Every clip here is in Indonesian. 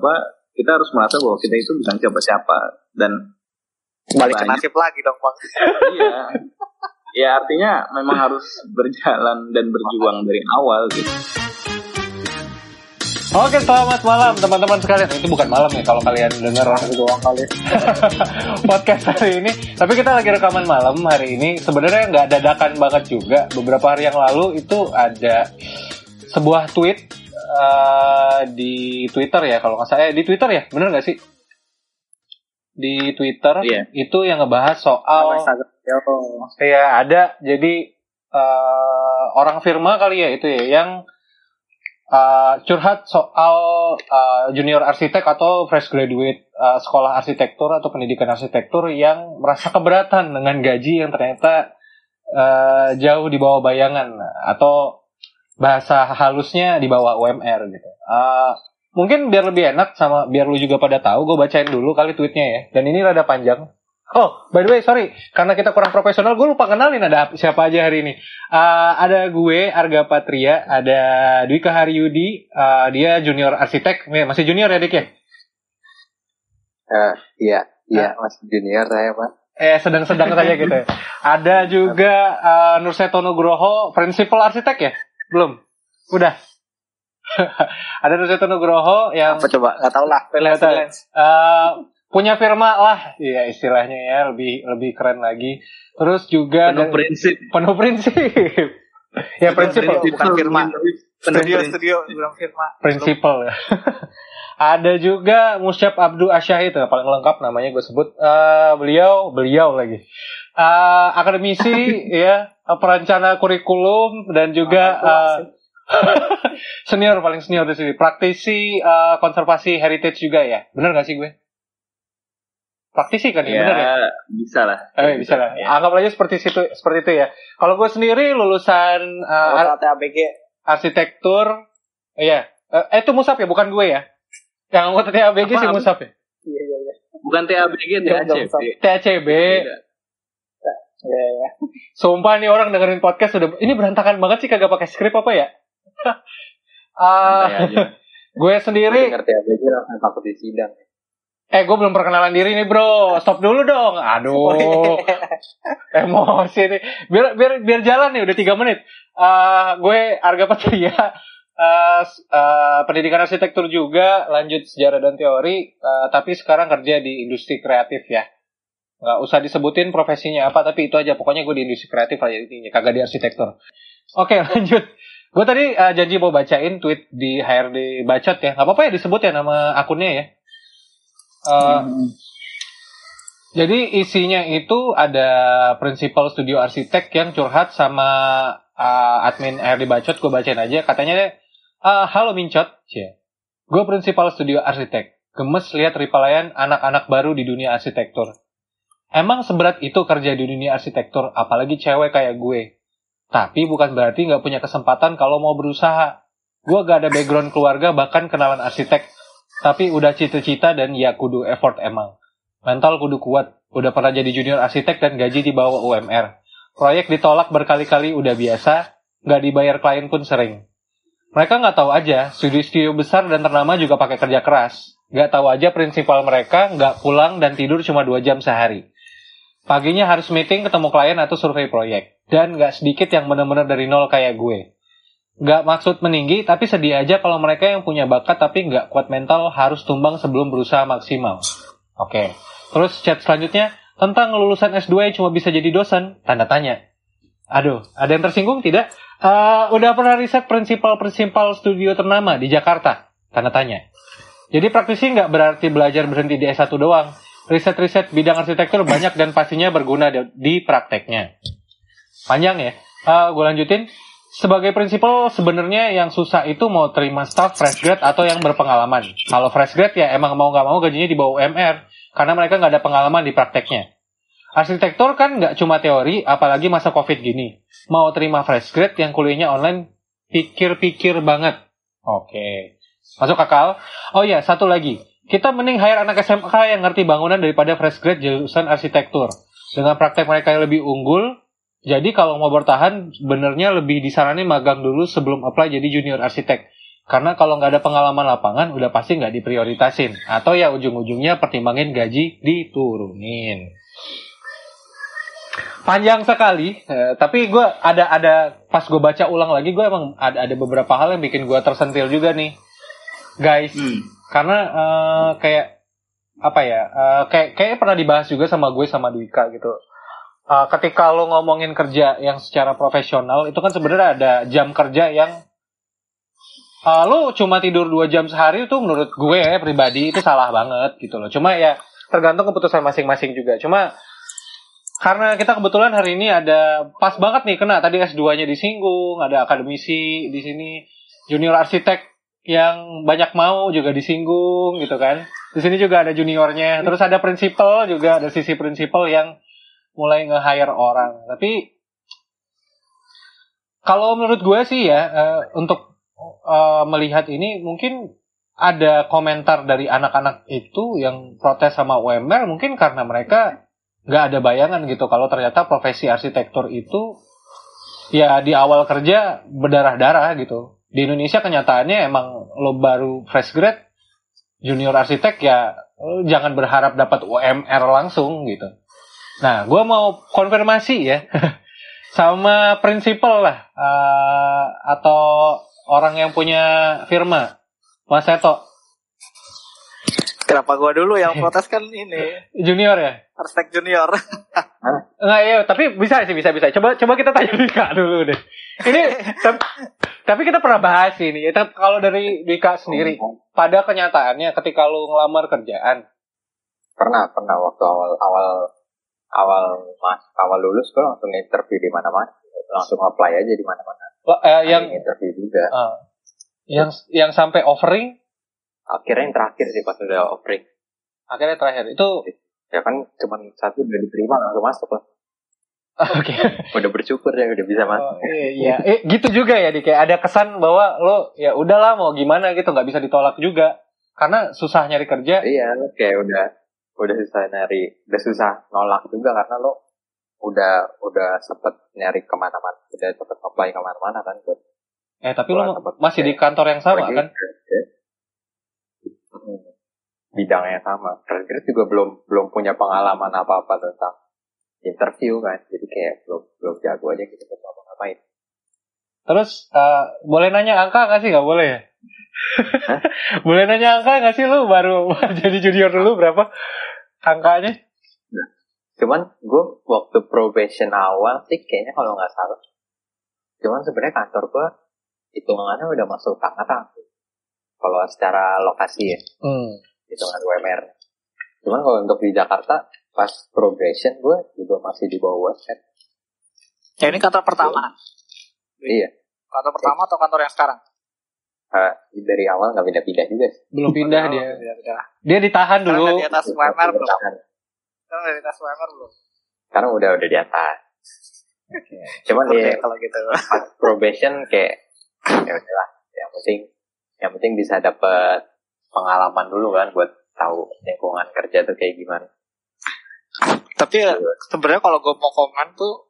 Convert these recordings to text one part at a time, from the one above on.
kita harus merasa bahwa kita itu bukan siapa-siapa dan balik ke nasib lagi dong Bang. Iya. Ya artinya memang harus berjalan dan berjuang dari awal gitu. Oke, selamat malam teman-teman sekalian. Itu bukan malam ya kalau kalian dengar doang kali podcast hari ini. Tapi kita lagi rekaman malam hari ini. Sebenarnya nggak dadakan banget juga. Beberapa hari yang lalu itu ada sebuah tweet di Twitter ya kalau nggak salah. Di Twitter ya, bener nggak sih? Di Twitter itu yang ngebahas soal. Ya ada. Jadi orang Firma kali ya itu ya yang curhat soal junior arsitek atau fresh graduate sekolah arsitektur atau pendidikan arsitektur yang merasa keberatan dengan gaji yang ternyata jauh di bawah bayangan atau bahasa halusnya di bawah UMR gitu. Mungkin biar lebih enak sama biar lu juga pada tahu, gue bacain dulu kali tweetnya ya. Dan ini rada panjang. Oh, by the way, sorry. Karena kita kurang profesional, gue lupa kenalin ada siapa aja hari ini. Ada gue, Arga Patria. Ada Dwika Haryudi. Dia junior arsitek. Masih junior ya, Dik ya? Iya, masih junior saya, Pak. Sedang-sedang saja gitu ya. Ada juga Nurseto Nugroho, prinsipal arsitek ya? Belum? Udah? Ada Nurseto Nugroho yang... Apa coba? Nggak tahu lah. Punya firma lah, ya istilahnya ya lebih keren lagi. Terus juga penuh prinsip. Ya prinsipal bukan firma. Studio bilang firma. Prinsipal ya. Ada juga Musyab Abdu Asyahid, paling lengkap namanya gue sebut. Beliau lagi. Akademisi ya, perencana kurikulum dan juga paling senior di sini. Praktisi konservasi heritage juga ya. Bener gak sih gue? Praktisi kan ya, benar ya? Bisa lah. Bisa lah. Ya. Anggap aja seperti itu ya. Kalau gue sendiri lulusan TABG arsitektur, iya. Itu Musab ya, bukan gue ya. Yang anggota TABG sih Musab ya. Iya. Bukan TABG, TACB. Iya. Sumpah nih orang dengerin podcast udah ini berantakan banget sih, kagak pakai skrip apa ya? Gue sendiri ngerti TABG langsung takut di sidang. Gue belum perkenalan diri nih bro. Stop dulu dong. Aduh. Emosi nih. Biar jalan nih udah 3 menit. Gue Arga Patria. Pendidikan arsitektur juga. Lanjut sejarah dan teori. Tapi sekarang kerja di industri kreatif ya. Gak usah disebutin profesinya apa. Tapi itu aja. Pokoknya gue di industri kreatif aja intinya. Kagak di arsitektur. Oke lanjut. Gue tadi janji mau bacain tweet di HRD Bacot ya. Gak apa-apa ya disebut ya nama akunnya ya. Jadi isinya itu ada prinsipal studio arsitek yang curhat sama admin HRD Bacot. Gue bacain aja. Katanya halo Mincot, gue prinsipal studio arsitek. Gemes lihat ripalayan anak-anak baru di dunia arsitektur. Emang seberat itu kerja di dunia arsitektur, apalagi cewek kayak gue. Tapi bukan berarti gak punya kesempatan kalau mau berusaha. Gue gak ada background keluarga, bahkan kenalan arsitek. Tapi udah cita-cita dan ya kudu effort emang. Mental kudu kuat. Udah pernah jadi junior arsitek dan gaji di bawah UMR. Proyek ditolak berkali-kali udah biasa. Gak dibayar klien pun sering. Mereka gak tahu aja, studio-studio besar dan ternama juga pakai kerja keras. Gak tahu aja prinsipal mereka gak pulang dan tidur cuma 2 jam sehari. Paginya harus meeting ketemu klien atau survei proyek. Dan gak sedikit yang bener-bener dari nol kayak gue. Gak maksud meninggi, tapi sedih aja kalau mereka yang punya bakat tapi gak kuat mental harus tumbang sebelum berusaha maksimal. Oke. Terus chat selanjutnya, tentang lulusan S2 yang cuma bisa jadi dosen, tanda tanya. Aduh, ada yang tersinggung tidak? Udah pernah riset prinsipal studio ternama di Jakarta? Tanda tanya. Jadi praktisi gak berarti belajar berhenti di S1 doang. Riset-riset bidang arsitektur banyak dan pastinya berguna di prakteknya. Panjang ya? Gue lanjutin. Sebagai prinsipal sebenarnya yang susah itu mau terima staff fresh grad atau yang berpengalaman. Kalau fresh grad ya emang mau nggak mau gajinya di bawah UMR karena mereka nggak ada pengalaman di prakteknya. Arsitektur kan nggak cuma teori, apalagi masa COVID gini. Mau terima fresh grad yang kuliahnya online, pikir-pikir banget. Oke. Masuk akal? Oh ya, satu lagi. Kita mending hire anak SMK yang ngerti bangunan daripada fresh grad jurusan arsitektur. Dengan praktek mereka yang lebih unggul. Jadi kalau mau bertahan, benernya lebih disaranin magang dulu sebelum apply jadi junior arsitek. Karena kalau nggak ada pengalaman lapangan, udah pasti nggak diprioritasin. Atau ya ujung-ujungnya pertimbangin gaji diturunin. Panjang sekali, tapi gue ada pas gue baca ulang lagi, gue emang ada beberapa hal yang bikin gue tersentil juga nih, guys. Karena kayak apa ya, kayak pernah dibahas juga sama gue sama Dwika gitu. Ketika lo ngomongin kerja yang secara profesional, itu kan sebenarnya ada jam kerja yang lo cuma tidur 2 jam sehari, itu menurut gue pribadi itu salah banget gitu loh. Cuma ya tergantung keputusan masing-masing juga. Cuma karena kita kebetulan hari ini ada pas banget nih kena tadi S2-nya disinggung, ada akademisi di sini, junior arsitek yang banyak mau juga disinggung gitu kan. Di sini juga ada juniornya, terus ada prinsipal juga, ada sisi prinsipal yang mulai nge-hire orang. Tapi kalau menurut gue sih ya, untuk melihat ini mungkin ada komentar dari anak-anak itu yang protes sama UMR mungkin karena mereka nggak ada bayangan gitu kalau ternyata profesi arsitektur itu ya di awal kerja berdarah-darah gitu. Di Indonesia kenyataannya emang lo baru fresh grad junior arsitek ya jangan berharap dapat UMR langsung gitu. Nah, gue mau konfirmasi ya sama prinsipal lah atau orang yang punya firma, Mas Seto. Kenapa gua dulu yang protes kan ini Junior ya? arsitek junior. Enggak ya, tapi bisa. Coba kita tanya Dika dulu deh. Ini tapi kita pernah bahas ini. Kalau dari Dika sendiri, pada kenyataannya ketika lu ngelamar kerjaan, Pernah waktu awal lulus gua langsung interview di mana-mana. Langsung apply aja di mana-mana. yang interview juga. Yang sampai offering, Akhirnya yang terakhir sih pas udah offering. akhirnya terakhir itu Ya kan cuma satu udah diterima langsung masuk lah. oke. Udah bersyukur ya udah bisa masuk. Iya. Gitu juga ya, Dik. Kayak ada kesan bahwa lo ya udahlah mau gimana gitu, nggak bisa ditolak juga. Karena susah nyari kerja. Iya, kayak udah susah nolak juga karena lo udah sempet nyari kemana-mana, udah sempet apply kemana-mana kan. Tapi lo masih di kantor yang sama kan? Bidangnya sama. Terus juga belum punya pengalaman apa-apa tentang interview kan, jadi kayak belum jago aja gitu mau ngapain. Terus boleh nanya angka nggak sih? Nggak boleh ya? Boleh nanya angka nggak sih, lu baru jadi junior dulu berapa angkanya? Nah, cuman gue waktu probation awal sih kayaknya kalau nggak salah. Cuman sebenarnya kantor gue hitungannya udah masuk Tangerang. Kalau secara lokasi ya, hitungan UMR. Cuman kalau untuk di Jakarta pas probation gue juga masih di bawah WhatsApp. Ya ini kantor pertama. Iya. Kantor pertama atau kantor yang sekarang? Dari awal nggak pindah-pindah juga sih. Belum pindah dia. Dia ditahan dulu. Sekarang di atas UMR belum? Sekarang di atas UMR belum? Sekarang udah di atas. Cuman ya kalau gitu. pas probation kayak ya udahlah. Yang penting bisa dapet pengalaman dulu kan buat tahu lingkungan kerja tuh kayak gimana. Tapi sebenarnya kalau gue mau komen tuh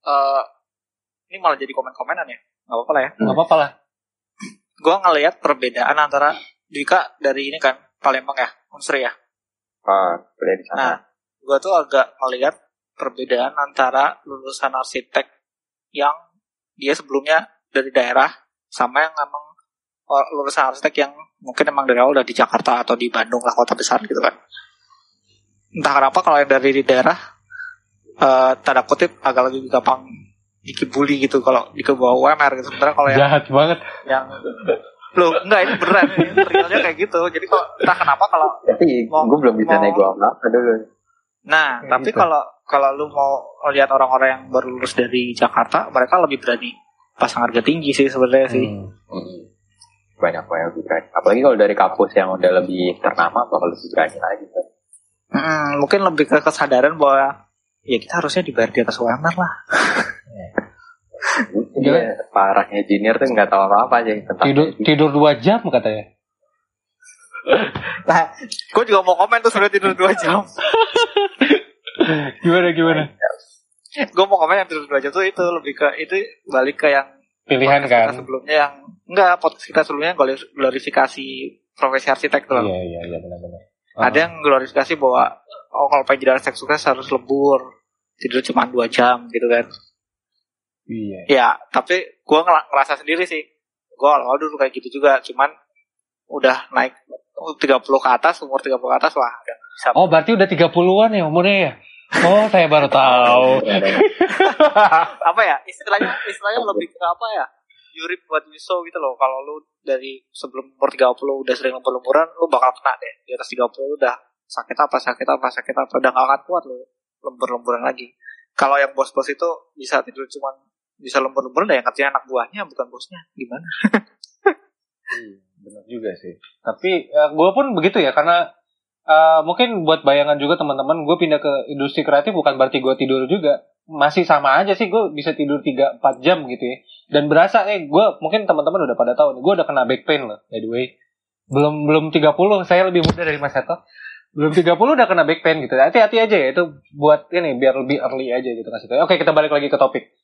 ini malah jadi komen-komenan ya. Gak apa-apa lah ya. Gak apa-apa lah. Gue ngelihat perbedaan antara Dika dari ini kan Palembang ya, Unsri ya. Boleh di sana. Nah, gue tuh agak ngelihat perbedaan antara lulusan arsitek yang dia sebelumnya dari daerah sama yang emang lulusan arsitek yang mungkin emang dari awal udah di Jakarta atau di Bandung lah, kota besar gitu kan. Entah kenapa kalau yang dari di daerah tanda kutip agak lebih gampang dikibuli gitu kalau di bawah UMR gitu. Sementara kalau yang jahat banget. Yang enggak ini beneran ini realnya kayak gitu. Jadi kok entah kenapa kalau tapi gue belum bisa nego apa dulu. Nah, kayak tapi gitu. Kalau lu mau lihat orang-orang yang baru lulus dari Jakarta, mereka lebih berani pasang harga tinggi sih sebenarnya sih. Banyak lebih berani. Apalagi kalau dari kampus yang udah lebih ternama bakal lebih berani lagi kan. Mungkin lebih ke kesadaran bahwa ya kita harusnya dibayar di atas UMR lah. Iya, parahnya junior tuh nggak tahu apa-apa aja tentang tidur 2 jam katanya. Nah, gue juga mau komen tuh sebenarnya tidur 2 jam. Gimana? Gue mau komen yang tidur 2 jam tuh itu lebih ke itu balik ke yang pilihan podcast kan. kita sebelumnya yang podcast kita sebelumnya glorifikasi profesi arsitek tuh. Iya benar-benar. Ada yang glorifikasi bahwa kalau pengen jadi arsitek sukses harus lembur, tidur cuma 2 jam gitu kan. Iya. Ya, tapi gue ngerasa sendiri sih. Gue awal dulu kayak gitu juga, cuman udah naik 30 ke atas, umur 30 ke atas, wah udah bisa. Oh, berarti udah 30-an ya umurnya ya? Oh, saya baru tahu. Apa ya? Istilahnya lebih ke apa ya? You reap what you sow gitu loh. Kalau lu dari sebelum umur 30 udah sering lembur-lemburan, lu bakal kena deh. Di atas 30 udah sakit apa, udah gak akan kuat lu lembur-lemburan lagi. Kalau yang bos-bos itu bisa tidur cuman bisa lembur-lemburan, yang kerjanya anak buahnya bukan bosnya. Gimana? Benar juga sih. Tapi gue pun begitu ya, karena mungkin buat bayangan juga teman-teman, gue pindah ke industri kreatif bukan berarti gue tidur juga. Masih sama aja sih, gue bisa tidur 3-4 jam gitu ya. Dan berasa gue mungkin teman-teman udah pada tahu nih, gue udah kena back pain loh, by the way. Belum 30, saya lebih muda dari Mas Seto. Belum 30 udah kena back pain gitu. Hati-hati aja ya, itu buat ini biar lebih early aja gitu kasih tahu. Oke, kita balik lagi ke topik.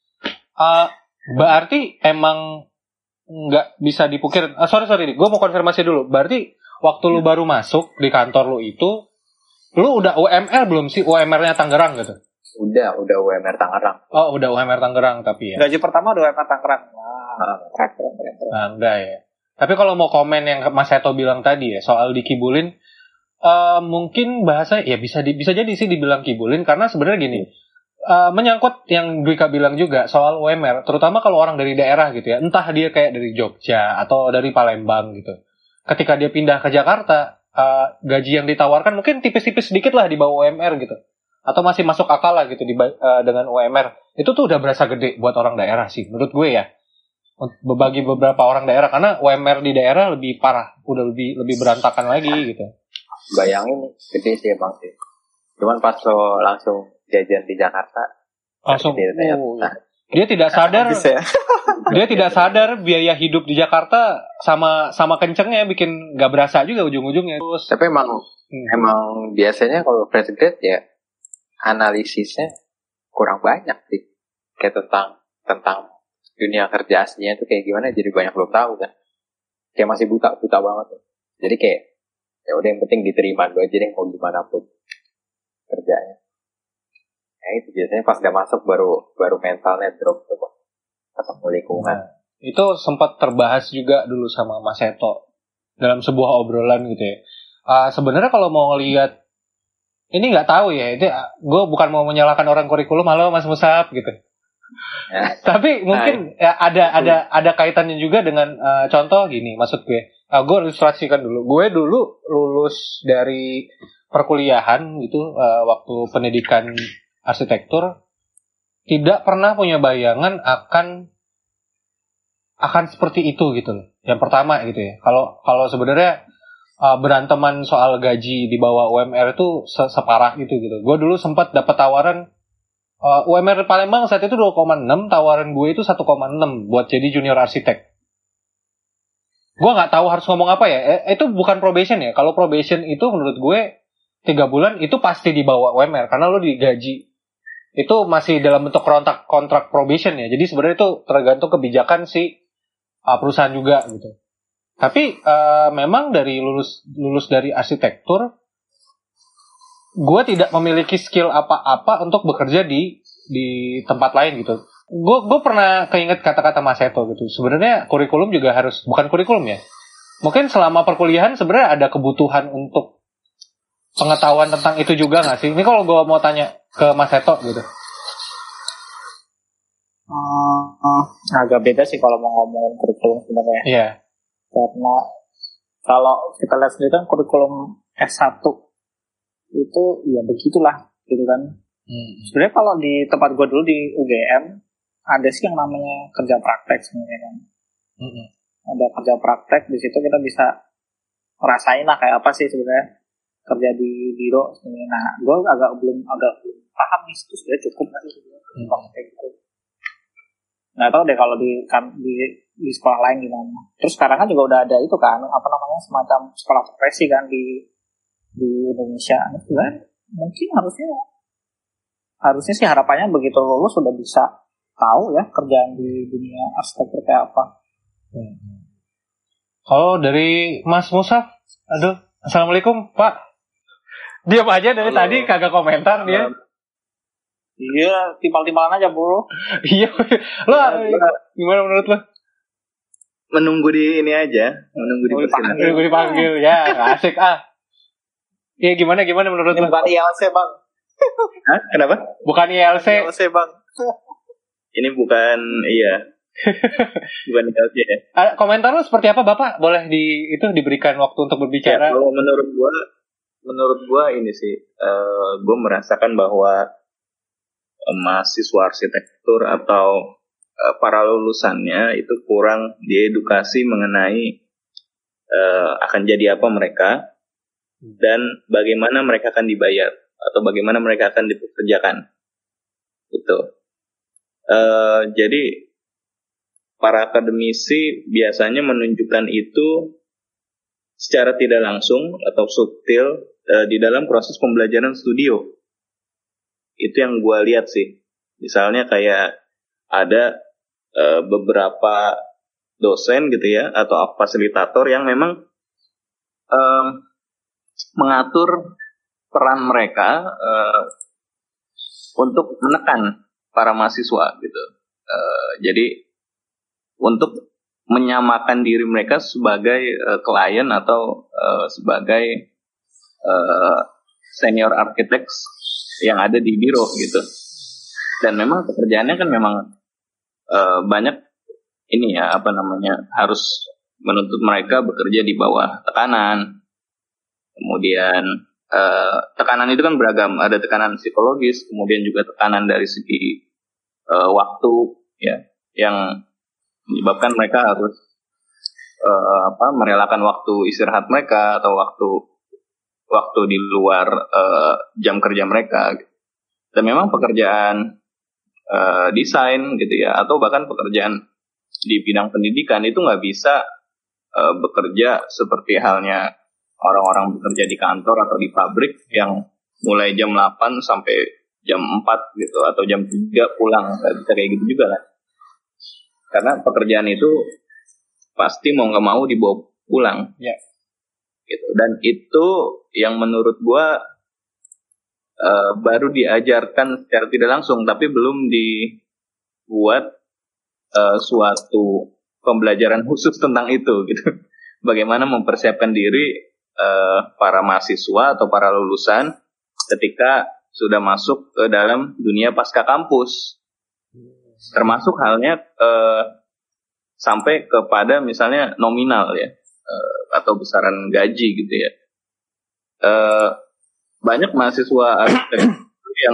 Berarti emang nggak bisa dipukir. Sorry, gue mau konfirmasi dulu. Berarti waktu lu baru masuk di kantor lu itu, lu udah UMR belum sih? UMR-nya Tangerang gitu? Udah UMR Tangerang. Oh, udah UMR Tangerang tapi ya. Gaji pertama udah UMR Tangerang. Keren. Nah, enggak ya. Tapi kalau mau komen yang Mas Seto bilang tadi ya soal dikibulin, mungkin bahasa ya bisa jadi sih dibilang kibulin, karena sebenarnya gini. Menyangkut yang Dwika bilang juga soal UMR, terutama kalau orang dari daerah gitu ya, entah dia kayak dari Jogja atau dari Palembang gitu. Ketika dia pindah ke Jakarta, gaji yang ditawarkan mungkin tipis-tipis sedikit lah di bawah UMR gitu. Atau masih masuk akal lah gitu dengan UMR. Itu tuh udah berasa gede buat orang daerah sih, menurut gue ya. Bagi beberapa orang daerah, karena UMR di daerah lebih parah, udah lebih berantakan lagi gitu. Bayangin nih, gede sih emang sih. Cuman pas lo langsung jajan di Jakarta, langsung dia tidak sadar dia tidak sadar biaya hidup di Jakarta sama kencengnya bikin nggak berasa juga ujung-ujungnya. Terus tapi emang biasanya kalau fresh grade ya analisisnya kurang banyak sih, kayak tentang dunia kerja aslinya itu kayak gimana, jadi banyak belum tahu kan, kayak masih buta banget tuh. Jadi kayak ya udah yang penting diterima dulu aja deh, mau gimana pun kerjanya. Nah itu biasanya pas udah masuk baru mentalnya drop tuh, ketemu lingkungan. Itu sempat terbahas juga dulu sama Mas Seto dalam sebuah obrolan gitu ya. Sebenarnya kalau mau ngelihat ini nggak tahu ya, itu gue bukan mau menyalahkan orang kurikulum, halo Mas Musab gitu. Ya. Tapi mungkin ya ada kaitannya juga dengan contoh gini, maksud gue. Gue ilustrasikan dulu. Gue dulu lulus dari perkuliahan gitu, waktu pendidikan arsitektur, tidak pernah punya bayangan akan seperti itu gitu loh. Yang pertama gitu ya. Kalau sebenarnya beranteman soal gaji di bawah UMR itu separah gitu. Gue dulu sempat dapat tawaran UMR Palembang saat itu 2,6, tawaran gue itu 1,6 buat jadi junior arsitek. Gue nggak tahu harus ngomong apa ya. Itu bukan probation ya. Kalau probation itu menurut gue 3 bulan itu pasti di bawah UMR karena lo digaji. Itu masih dalam bentuk kontrak probation ya. Jadi sebenarnya itu tergantung kebijakan si perusahaan juga gitu. Tapi memang dari lulus dari arsitektur, gue tidak memiliki skill apa-apa untuk bekerja di tempat lain gitu. Gue pernah keinget kata-kata Mas Seto gitu. Sebenarnya kurikulum juga harus, bukan kurikulum ya. Mungkin selama perkuliahan sebenarnya ada kebutuhan untuk pengetahuan tentang itu juga nggak sih? Ini kalau gue mau tanya ke Mas Seto gitu. Agak beda sih kalau mau ngomongin kurikulum sebenarnya. Iya. Yeah. Karena kalau kita lihat sendiri kan kurikulum S1 itu ya begitulah gitu kan. Sebenarnya kalau di tempat gue dulu di UGM ada sih yang namanya kerja praktek sebenarnya kan. Ada kerja praktek, di situ kita bisa rasain lah kayak apa sih sebenarnya kerja di biro sebenarnya. Nah, gue belum paham nih itu sebenarnya cukup nggak sih sebenarnya kayak gitu. Nggak tahu deh kalau di sekolah lain gimana. Terus sekarang kan juga udah ada itu kan, apa namanya, semacam sekolah profesi kan di Indonesia. Nah, sebenarnya mungkin harusnya sih harapannya begitu lulus sudah bisa tahu ya kerjaan di dunia arsitektur kayak apa. Kalau dari Mas Musaf, aduh, assalamualaikum Pak. Diam aja dari Halo. tadi kagak komentar dia. Iya, timpal-timpalan aja bro. Iya, lo gimana menurut lo? Menunggu di ini aja, menunggu dipersilakan. Gue dipanggil ya, asik ah. Iya gimana menurut lo? Bukan ILC bang. Hah? Kenapa? Bukan ILC. ILC bang. Ini bukan, bukan ILC ya. Komentar lo seperti apa Bapak? Boleh diberikan waktu untuk berbicara. Ya, kalau menurut gua ini sih, gua merasakan bahwa mahasiswa arsitektur atau para lulusannya itu kurang diedukasi mengenai akan jadi apa mereka dan bagaimana mereka akan dibayar atau bagaimana mereka akan dipekerjakan. Itu. Jadi para akademisi biasanya menunjukkan itu secara tidak langsung atau subtil di dalam proses pembelajaran studio. Itu yang gue lihat sih. Misalnya kayak ada beberapa dosen gitu ya atau fasilitator yang memang mengatur peran mereka untuk menekan para mahasiswa gitu. Jadi untuk menyamakan diri mereka sebagai klien atau sebagai senior architects yang ada di biro gitu. Dan memang pekerjaannya kan memang banyak ini ya harus menuntut mereka bekerja di bawah tekanan. Kemudian tekanan itu kan beragam, ada tekanan psikologis, kemudian juga tekanan dari segi waktu ya yang menyebabkan mereka harus merelakan waktu istirahat mereka atau waktu di luar jam kerja mereka. Dan memang pekerjaan desain gitu ya atau bahkan pekerjaan di bidang pendidikan itu nggak bisa bekerja seperti halnya orang-orang bekerja di kantor atau di pabrik yang mulai jam 8 sampai jam 4 gitu atau jam 3 pulang, nggak bisa kayak gitu juga kan. Karena pekerjaan itu pasti mau nggak mau dibawa pulang. Ya. Gitu. Dan itu yang menurut gua baru diajarkan secara tidak langsung, tapi belum dibuat suatu pembelajaran khusus tentang itu gitu. Bagaimana mempersiapkan diri para mahasiswa atau para lulusan ketika sudah masuk ke dalam dunia pasca kampus, termasuk halnya sampai kepada misalnya nominal ya atau besaran gaji gitu ya. Banyak mahasiswa arsitektur yang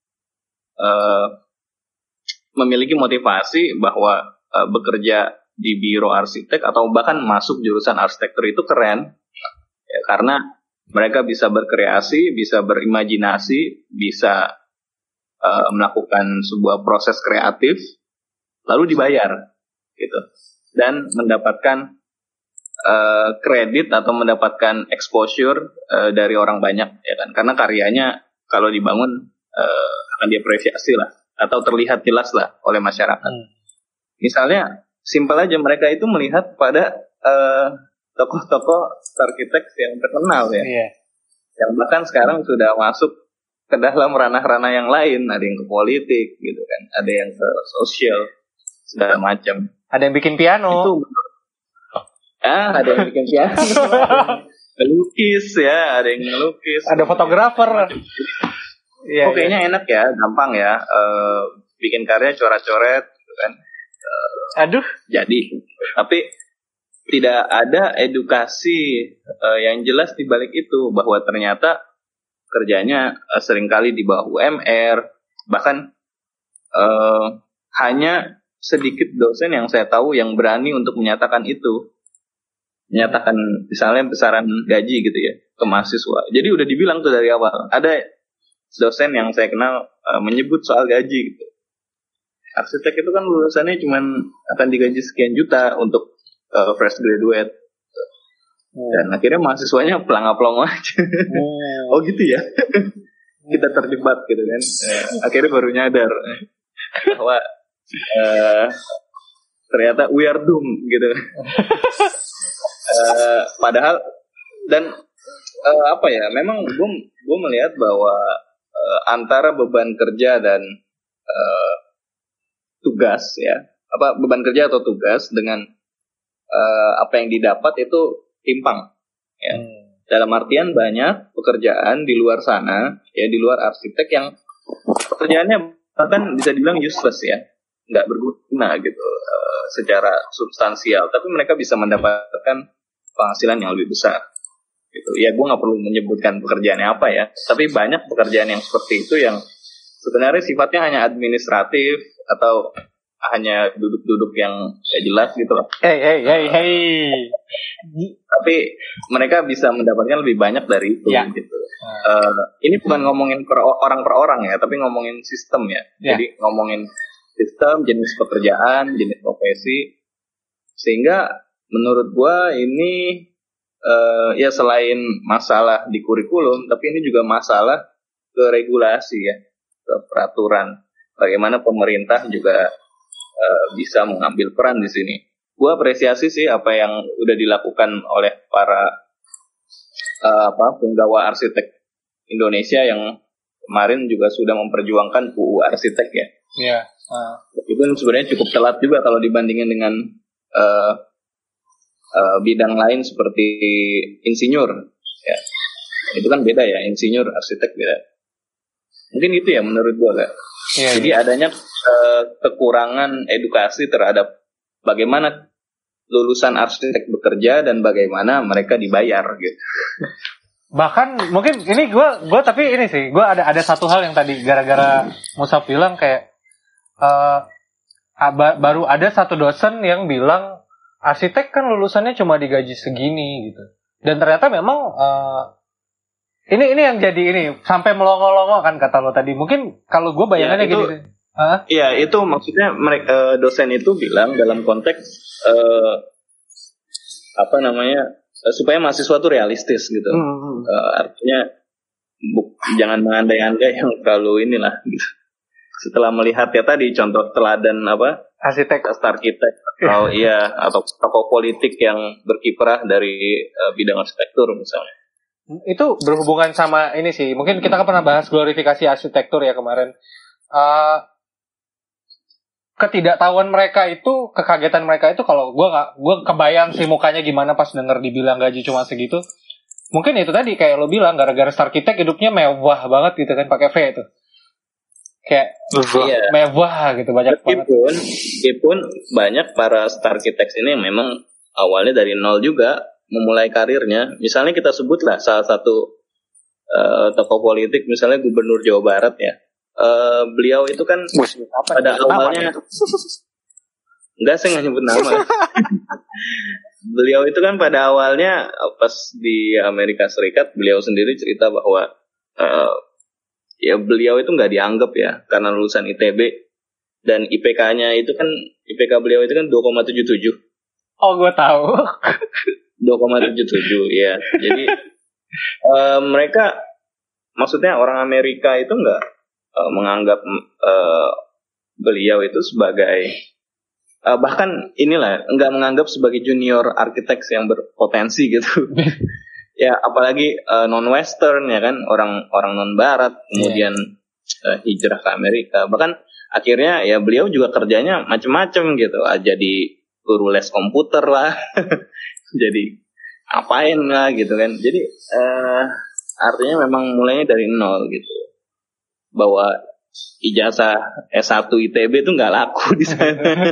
memiliki motivasi bahwa bekerja di biro arsitek atau bahkan masuk jurusan arsitektur itu keren ya, karena mereka bisa berkreasi, bisa berimajinasi, bisa melakukan sebuah proses kreatif lalu dibayar gitu dan mendapatkan kredit atau mendapatkan exposure dari orang banyak ya kan, karena karyanya kalau dibangun akan diapresiasi lah atau terlihat jelas lah oleh masyarakat. Misalnya simpel aja, mereka itu melihat pada tokoh-tokoh arsitek yang terkenal ya, yang bahkan sekarang sudah masuk ke dalam ranah-ranah yang lain, ada yang ke politik gitu kan, ada yang ke sosial segala macam. Ada yang bikin piano. Itu ada yang bikin piano, melukis ya, ada yang melukis, ada fotografer. Ya, kayaknya enak ya, gampang ya, bikin karya coret-coret gitu kan. Aduh, jadi tapi tidak ada edukasi yang jelas di balik itu, bahwa ternyata kerjanya seringkali di bawah UMR, bahkan hanya sedikit dosen yang saya tahu yang berani untuk menyatakan itu, menyatakan misalnya besaran gaji gitu ya ke mahasiswa. Jadi udah dibilang tuh dari awal. Ada dosen yang saya kenal menyebut soal gaji gitu. Arsitek itu kan lulusannya cuman akan digaji sekian juta untuk fresh graduate. Dan akhirnya mahasiswanya pelangap-pelongo aja. Oh gitu ya. Kita terjebak gitu kan. Akhirnya baru nyadar bahwa ternyata we are doomed gitu. Padahal dan apa ya? Memang gue melihat bahwa antara beban kerja dan tugas ya, beban kerja atau tugas dengan apa yang didapat itu timpang. Ya. Dalam artian banyak pekerjaan di luar sana, ya di luar arsitek yang pekerjaannya bahkan bisa dibilang useless ya, nggak berguna gitu secara substansial, tapi mereka bisa mendapatkan penghasilan yang lebih besar. Gitu. Ya gue nggak perlu menyebutkan pekerjaannya apa ya, tapi banyak pekerjaan yang seperti itu yang sebenarnya sifatnya hanya administratif atau hanya duduk-duduk yang gak jelas gitu loh. Hey. Tapi mereka bisa mendapatkan lebih banyak dari itu gitu. Ini bukan ngomongin orang per orang ya, tapi ngomongin sistem ya. Jadi ngomongin sistem, jenis pekerjaan, jenis profesi. Sehingga menurut gua ini ya selain masalah di kurikulum, tapi ini juga masalah ke regulasi ya, ke peraturan. Bagaimana pemerintah juga bisa mengambil peran di sini. Gua apresiasi sih apa yang udah dilakukan oleh para penggawa arsitek Indonesia yang kemarin juga sudah memperjuangkan UU arsitek ya. Iya. Itu sebenarnya cukup telat juga kalau dibandingin dengan bidang lain seperti insinyur. Ya. Itu kan beda ya, insinyur arsitek beda. Mungkin itu ya menurut gua Kak. Jadi adanya kekurangan edukasi terhadap bagaimana lulusan arsitek bekerja dan bagaimana mereka dibayar gitu. Bahkan mungkin ini gue tapi ini sih gue ada satu hal yang tadi gara-gara Musab bilang kayak baru ada satu dosen yang bilang arsitek kan lulusannya cuma digaji segini gitu, dan ternyata memang ini yang jadi ini sampai melongo-longo kan kata lo tadi. Mungkin kalau gue bayangannya ya, itu, gini. Iya itu maksudnya mereka dosen itu bilang dalam konteks supaya mahasiswa tuh realistis gitu. Artinya jangan mengandai-andai yang terlalu inilah gitu. Setelah melihat ya tadi contoh teladan arsitek atau atau tokoh politik yang berkiprah dari bidang arsitektur misalnya. Itu berhubungan sama ini sih. Mungkin kita kan pernah bahas glorifikasi arsitektur ya kemarin. Ketidaktahuan mereka itu, kekagetan mereka itu, kalau gue kebayang sih mukanya gimana pas denger dibilang gaji cuma segitu. Mungkin itu tadi kayak lo bilang gara-gara Starkitek hidupnya mewah banget gitu kan, pakai V itu. Kayak mewah gitu, banyak banget. Meskipun banyak para Starkitek ini memang awalnya dari nol juga memulai karirnya. Misalnya kita sebutlah salah satu tokoh politik, misalnya Gubernur Jawa Barat ya. Beliau itu kan pada awalnya enggak, saya nggak nyebut nama. Beliau itu kan pada awalnya pas di Amerika Serikat, beliau sendiri cerita bahwa ya beliau itu nggak dianggap ya karena lulusan ITB, dan IPK-nya itu kan, IPK beliau itu kan 2,77. Oh, gue tahu. 2,77 ya. Jadi mereka, maksudnya orang Amerika itu nggak menganggap beliau itu sebagai bahkan inilah nggak menganggap sebagai junior arsitek yang berpotensi gitu. Ya apalagi non-western ya kan, orang non barat kemudian hijrah ke Amerika. Bahkan akhirnya ya beliau juga kerjanya macam-macam gitu. Jadi guru les komputer lah. Jadi apain lah gitu kan. Jadi artinya memang mulainya dari nol gitu. Bahwa ijazah S1 ITB itu nggak laku di sana.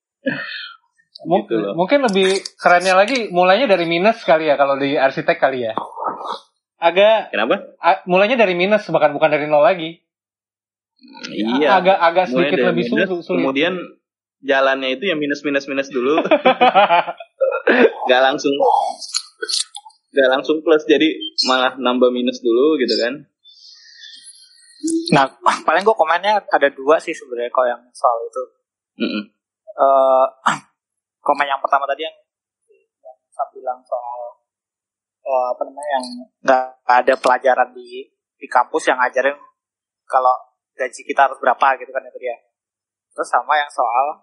Mungkin lebih kerennya lagi mulainya dari minus kali ya kalau di arsitek kali ya. Kenapa? Mulainya dari minus bukan dari nol lagi. Iya. Agak sedikit lebih sulit. Kemudian jalannya itu ya minus dulu. Gak langsung plus, jadi malah nambah minus dulu gitu kan. Nah, paling gue komennya ada dua sih sebenarnya kalau yang soal itu. Komen yang pertama tadi yang saya bilang soal yang nggak ada pelajaran di kampus yang ngajarin kalau gaji kita harus berapa gitu kan itu dia. Terus sama yang soal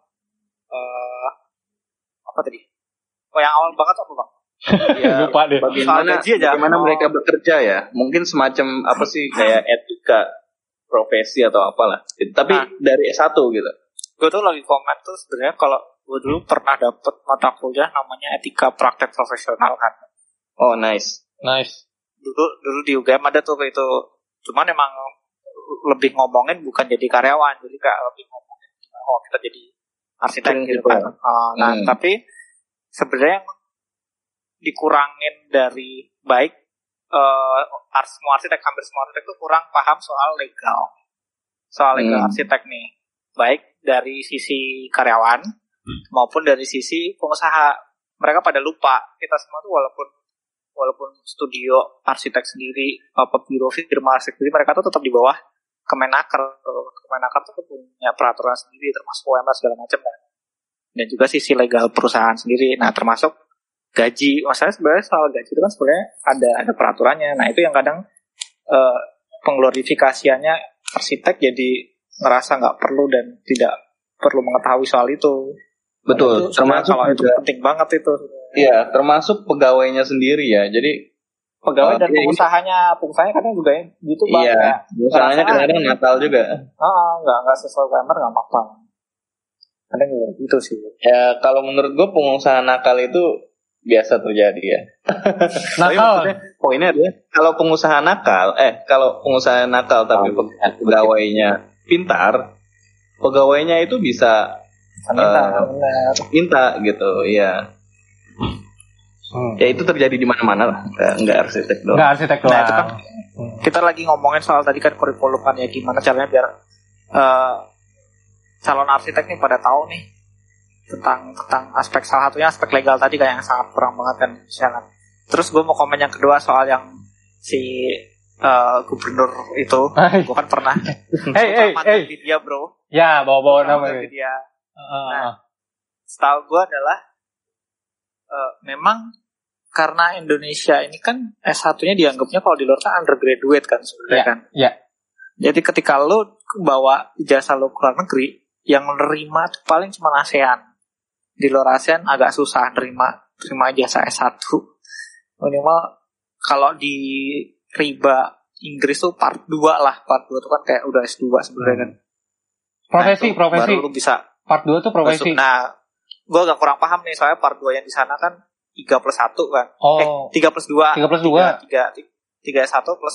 apa tadi? Oh, yang awal banget apa bang? Ya, Lupa deh. bagaimana mereka bekerja ya? Mungkin semacam apa sih kayak etika profesi atau apalah. Tapi dari S1 gitu. Gue tuh lagi komen tuh sebenarnya kalau gue dulu pernah dapet mata kuliah namanya etika praktek profesional kan. Oh, nice. Dulu di UGM ada tuh itu. Cuman emang lebih ngomongin bukan jadi karyawan, jadi kayak lebih ngomongin kita jadi arsitek gitu kan. Tapi sebenarnya dikurangin dari baik semua arsitek, hampir semua arsitek tuh kurang paham soal legal arsitek nih, baik dari sisi karyawan maupun dari sisi pengusaha. Mereka pada lupa kita semua tuh walaupun studio arsitek sendiri, biro firma arsitek sendiri, mereka tuh tetap di bawah Kemenaker. Kemenaker tuh punya peraturan sendiri termasuk UMR segala macam kan. Dan juga sisi legal perusahaan sendiri. Nah, termasuk gaji. Masalahnya sebenarnya soal gaji itu kan sebenarnya ada peraturannya. Nah, itu yang kadang pengglorifikasiannya arsitek jadi ngerasa nggak perlu dan tidak perlu mengetahui soal itu. Betul, itu termasuk kalau itu penting banget itu. Iya, termasuk pegawainya sendiri ya. Jadi pegawai dan pengusahanya kadang juga ya gitu bang. Iya, pengusahanya kadang nakal juga. Nggak sesuai UMR nggak apa-apa. Kadang gitu sih. Ya, kalau menurut gue pengusaha nakal itu biasa terjadi ya. Nakal. Poinnya adalah kalau pengusaha nakal tapi pegawainya pintar, pegawainya itu bisa minta gitu, ya. Ya itu terjadi di mana-mana lah, nggak arsitek doang. Nggak arsitek doang. Nah, itu kan kita lagi ngomongin soal tadi kan kurikulum kan ya, gimana caranya biar calon arsitek nih pada tahu nih tentang aspek, salah satunya aspek legal tadi kayak yang sangat kurang banget kan misalnya. Terus gue mau komen yang kedua soal yang si gubernur itu. Gue kan pernah mantan di dia bro. Ya, bawa-bawa namanya dia. Nah, setahu gue adalah memang karena Indonesia ini kan S1-nya dianggapnya kalau di luar kan undergraduate kan sebenarnya kan. Iya. Jadi ketika lo bawa ijazah lo ke luar negeri, yang menerima paling cuma ASEAN. Di luar ASEAN agak susah terima ijazah S1. Minimal kalau di riba Inggris tuh part 2 lah. Part 2 tuh kan kayak udah S2 sebenarnya kan. Profesi. Baru lu bisa. Part 2 tuh profesi. Nah, gue agak kurang paham nih, soalnya part 2 yang di sana kan 3+1 kan. 3+2. 3+1 plus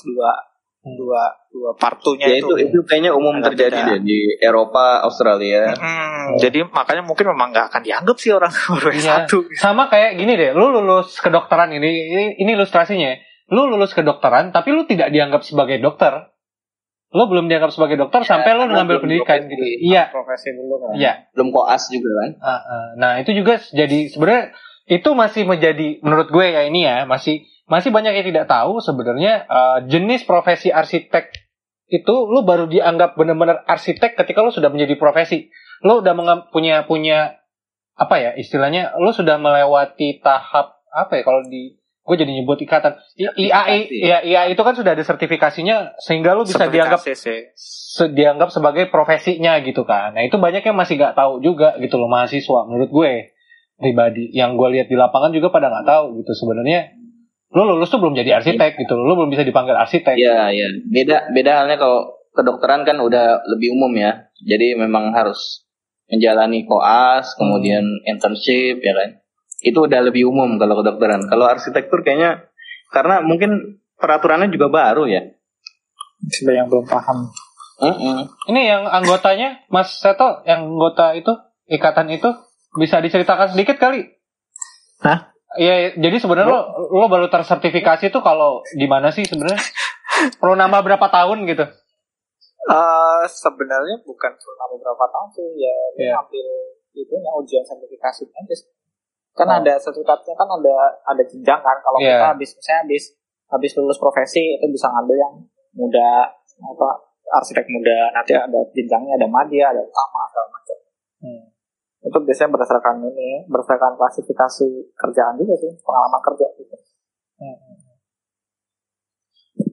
2 part 2-nya ya, itu kayaknya umum terjadi deh di Eropa, Australia. Jadi makanya mungkin memang nggak akan dianggap sih orang baru S1. Sama kayak gini deh, lu lulus kedokteran ini ilustrasinya. Lu lulus kedokteran tapi lu tidak dianggap sebagai dokter. Lu belum dianggap sebagai dokter sampai lu ngambil pendidikan gitu. Iya. Profesi dulu kan. Iya. Belum koas juga kan. Nah, itu juga jadi sebenarnya itu masih menjadi menurut gue ya ini ya, masih banyak yang tidak tahu sebenarnya jenis profesi arsitek itu lu baru dianggap benar-benar arsitek ketika lu sudah menjadi profesi. Lu udah punya apa ya istilahnya, lu sudah melewati tahap apa ya kalau di gue jadi nyebut ikatan IAI ya, IAI itu kan sudah ada sertifikasinya sehingga lu bisa dianggap sebagai profesinya gitu kan. Nah, itu banyak yang masih nggak tahu juga gitu loh mahasiswa, menurut gue pribadi yang gue lihat di lapangan juga pada nggak tahu gitu sebenarnya. Lu lulus tuh belum jadi arsitek gitu, lu belum bisa dipanggil arsitek. Iya. Beda halnya kalau kedokteran kan udah lebih umum ya. Jadi memang harus menjalani koas, kemudian internship ya kan. Itu udah lebih umum kalau kedokteran. Kalau arsitektur kayaknya karena mungkin peraturannya juga baru ya. Sudah yang belum paham. Ini yang anggotanya Mas Seto, yang anggota itu ikatan itu bisa diceritakan sedikit kali? Hah? Iya, jadi sebenarnya lo baru tersertifikasi tuh kalau di mana sih sebenarnya? Perlu nambah berapa tahun gitu? Sebenarnya bukan perlu nambah berapa tahun sih ya. Ambil itu ujian sertifikasi aja. Kan ada sertifikatnya kan ada jenjang kan. Kalau kita habis lulus profesi itu bisa ngambil yang muda, arsitek muda. Nanti ada jenjangnya, ada madya, ada utama segala macam. Itu biasanya berdasarkan klasifikasi kerjaan juga sih, pengalaman kerja gitu.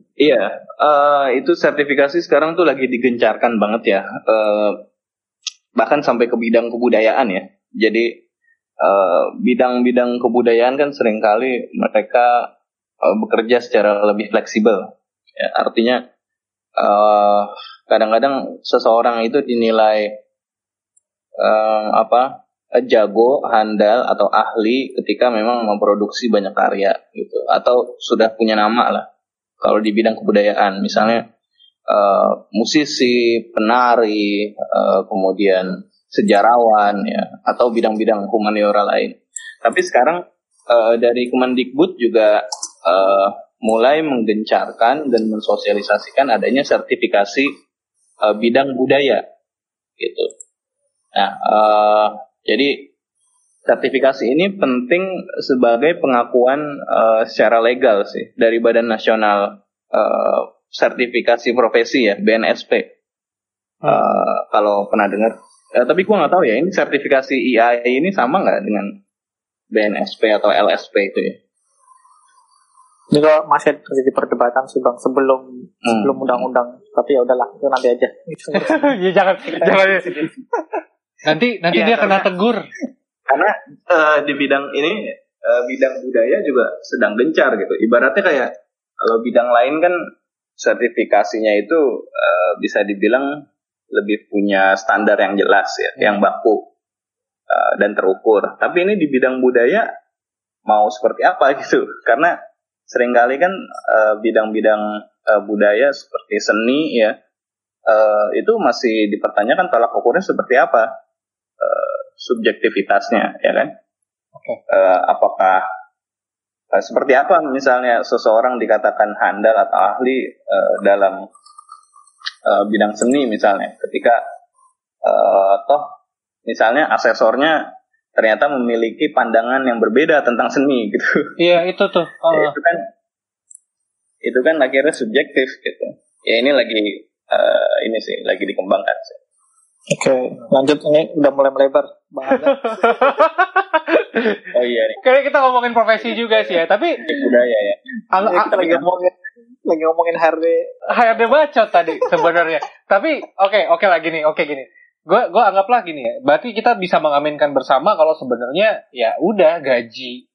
Iya, itu sertifikasi sekarang tuh lagi digencarkan banget ya. bahkan sampai ke bidang kebudayaan ya. Jadi bidang-bidang kebudayaan kan seringkali mereka bekerja secara lebih fleksibel. Ya, artinya kadang-kadang seseorang itu dinilai jago, handal atau ahli ketika memang memproduksi banyak karya gitu, atau sudah punya nama lah. Kalau di bidang kebudayaan, misalnya musisi, penari, kemudian sejarawan, ya, atau bidang-bidang humaniora lain. Tapi sekarang dari Kemendikbud juga mulai menggencarkan dan mensosialisasikan adanya sertifikasi bidang budaya, gitu. Nah, jadi sertifikasi ini penting sebagai pengakuan secara legal sih dari Badan Nasional Sertifikasi Profesi ya, BNSP. Kalau pernah dengar. Tapi gue nggak tahu ya, ini sertifikasi IAI ini sama nggak dengan BNSP atau LSP itu ya? Ini kalau masih terjadi perdebatan sih bang sebelum undang-undang, tapi ya udahlah itu nanti aja. Ya jangan. Nanti ya, dia kena tegur. Karena di bidang ini bidang budaya juga sedang gencar gitu. Ibaratnya kayak kalau bidang lain kan sertifikasinya itu bisa dibilang lebih punya standar yang jelas ya, yang baku dan terukur. Tapi ini di bidang budaya mau seperti apa gitu? Karena seringkali kan bidang-bidang budaya seperti seni ya itu masih dipertanyakan tolak ukurnya seperti apa, subjektivitasnya ya kan? Okay. Apakah seperti apa misalnya seseorang dikatakan handal atau ahli dalam bidang seni misalnya, ketika toh misalnya asesornya ternyata memiliki pandangan yang berbeda tentang seni gitu. Iya itu tuh. Itu kan akhirnya subjektif gitu. Ya ini lagi lagi dikembangkan sih. Oke, lanjut, ini udah mulai melebar. Oh iya nih. Karena kita ngomongin profesi juga sih ya, tapi budaya ya. Kita lagi ngomongin HRD bacot tadi sebenarnya. Tapi oke lagi nih, gini. Gue anggaplah gini ya. Berarti kita bisa mengaminkan bersama kalau sebenarnya ya udah gaji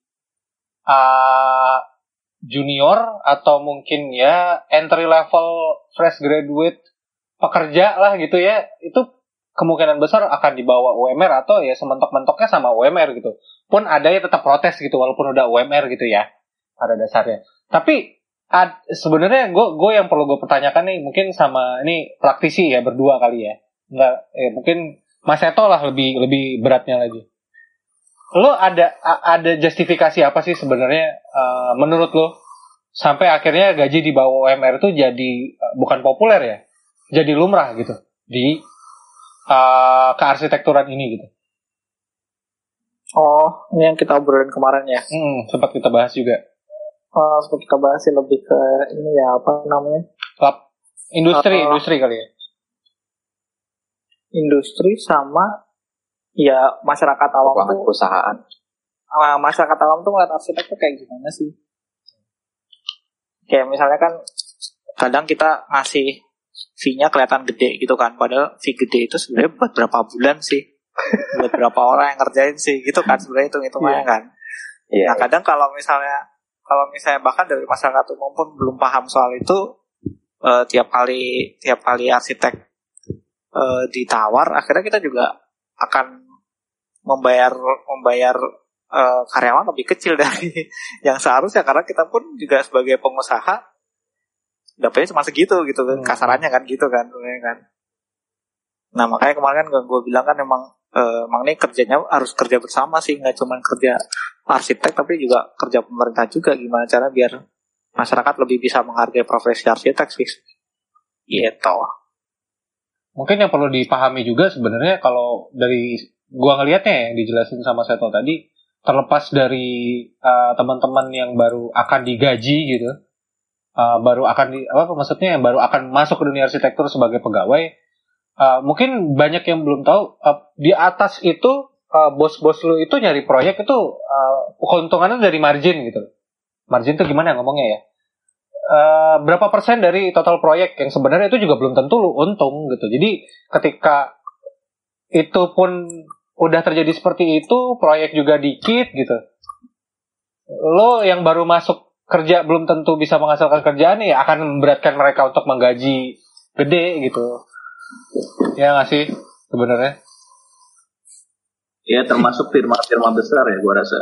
junior atau mungkin ya entry level fresh graduate pekerja lah gitu ya, itu kemungkinan besar akan dibawa UMR atau ya sementok-mentoknya sama UMR gitu. Pun ada ya tetap protes gitu walaupun udah UMR gitu ya pada dasarnya. Tapi sebenarnya gue yang perlu gue pertanyakan nih mungkin sama ini praktisi ya berdua kali ya. Enggak, mungkin Mas Seto lah lebih beratnya lagi. Lo ada justifikasi apa sih sebenarnya menurut lo sampai akhirnya gaji di bawah UMR itu jadi bukan populer ya, jadi lumrah gitu di kearsitekturan ini gitu. Oh, ini yang kita obrolin kemarin ya. Sempat kita bahas juga. Sempat kita bahas sih lebih ke ini ya apa namanya? Industri kali ya. Industri sama ya masyarakat awam tuh, perusahaan. Masyarakat awam tuh ngeliat arsitek tuh kayak gimana sih? Kayak misalnya kan kadang kita ngasih fee-nya kelihatan gede gitu kan, padahal fee gede itu sebenarnya buat berapa bulan sih, buat berapa orang yang ngerjain sih gitu kan sebenarnya hitung-hitungannya kan. Nah kadang kalau misalnya bahkan dari masyarakat umum pun belum paham soal itu, tiap kali arsitek ditawar, akhirnya kita juga akan membayar karyawan lebih kecil dari yang seharusnya, karena kita pun juga sebagai pengusaha dapetnya cuma segitu gitu kan, kasarannya kan gitu kan. Nah makanya kemarin kan gue bilang kan emang ini kerjanya harus kerja bersama sih, nggak cuma kerja arsitek tapi juga kerja pemerintah juga, gimana cara biar masyarakat lebih bisa menghargai profesi arsitek sih gitu. Mungkin yang perlu dipahami juga sebenarnya kalau dari gua ngelihatnya yang dijelasin sama Seto tadi, terlepas dari teman-teman yang baru akan digaji gitu, baru akan masuk ke dunia arsitektur sebagai pegawai, mungkin banyak yang belum tahu di atas itu bos-bos lu itu nyari proyek itu keuntungannya dari margin gitu. Margin itu gimana ngomongnya ya? Berapa persen dari total proyek yang sebenarnya itu juga belum tentu lu untung gitu. Jadi ketika itu pun udah terjadi seperti itu, proyek juga dikit gitu. Lo yang baru masuk kerja belum tentu bisa menghasilkan kerjaan, ya akan memberatkan mereka untuk menggaji gede gitu. Ya nggak sih sebenarnya? Ya termasuk firma-firma besar ya gue rasa.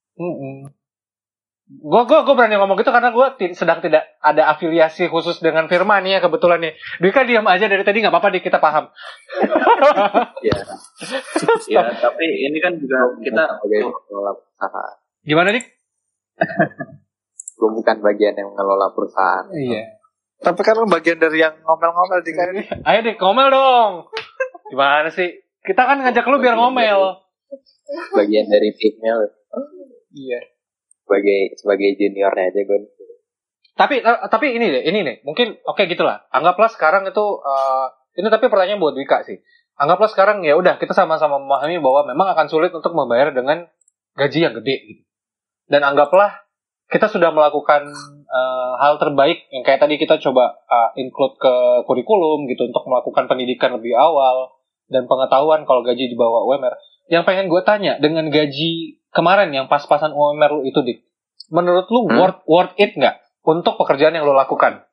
Gue berani ngomong gitu karena gue sedang tidak ada afiliasi khusus dengan firma nih ya kebetulan nih. Dika diam aja dari tadi, nggak apa-apa Dik, kita paham. Ya tapi ini kan juga kita mengelola perusahaan. Gimana Dik? Gue bukan bagian yang mengelola perusahaan. Iya. Tapi kan lu bagian dari yang ngomel-ngomel di kayak Ayo Dik, ngomel dong. Gimana sih? Kita kan ngajak lu biar ngomel. Bagian dari timnya. Iya. Sebagai juniornya aja gue. Tapi ini nih, mungkin oke gitulah. Anggaplah sekarang itu ini tapi pertanyaan buat Wika sih. Anggaplah sekarang ya udah kita sama-sama memahami bahwa memang akan sulit untuk membayar dengan gaji yang gede gitu. Dan anggaplah kita sudah melakukan hal terbaik yang kayak tadi kita coba include ke kurikulum gitu untuk melakukan pendidikan lebih awal dan pengetahuan kalau gaji di bawah UMR. Yang pengen gue tanya, dengan gaji kemarin yang pas-pasan UMR lu itu, Dik, menurut lu worth it nggak untuk pekerjaan yang lu lakukan?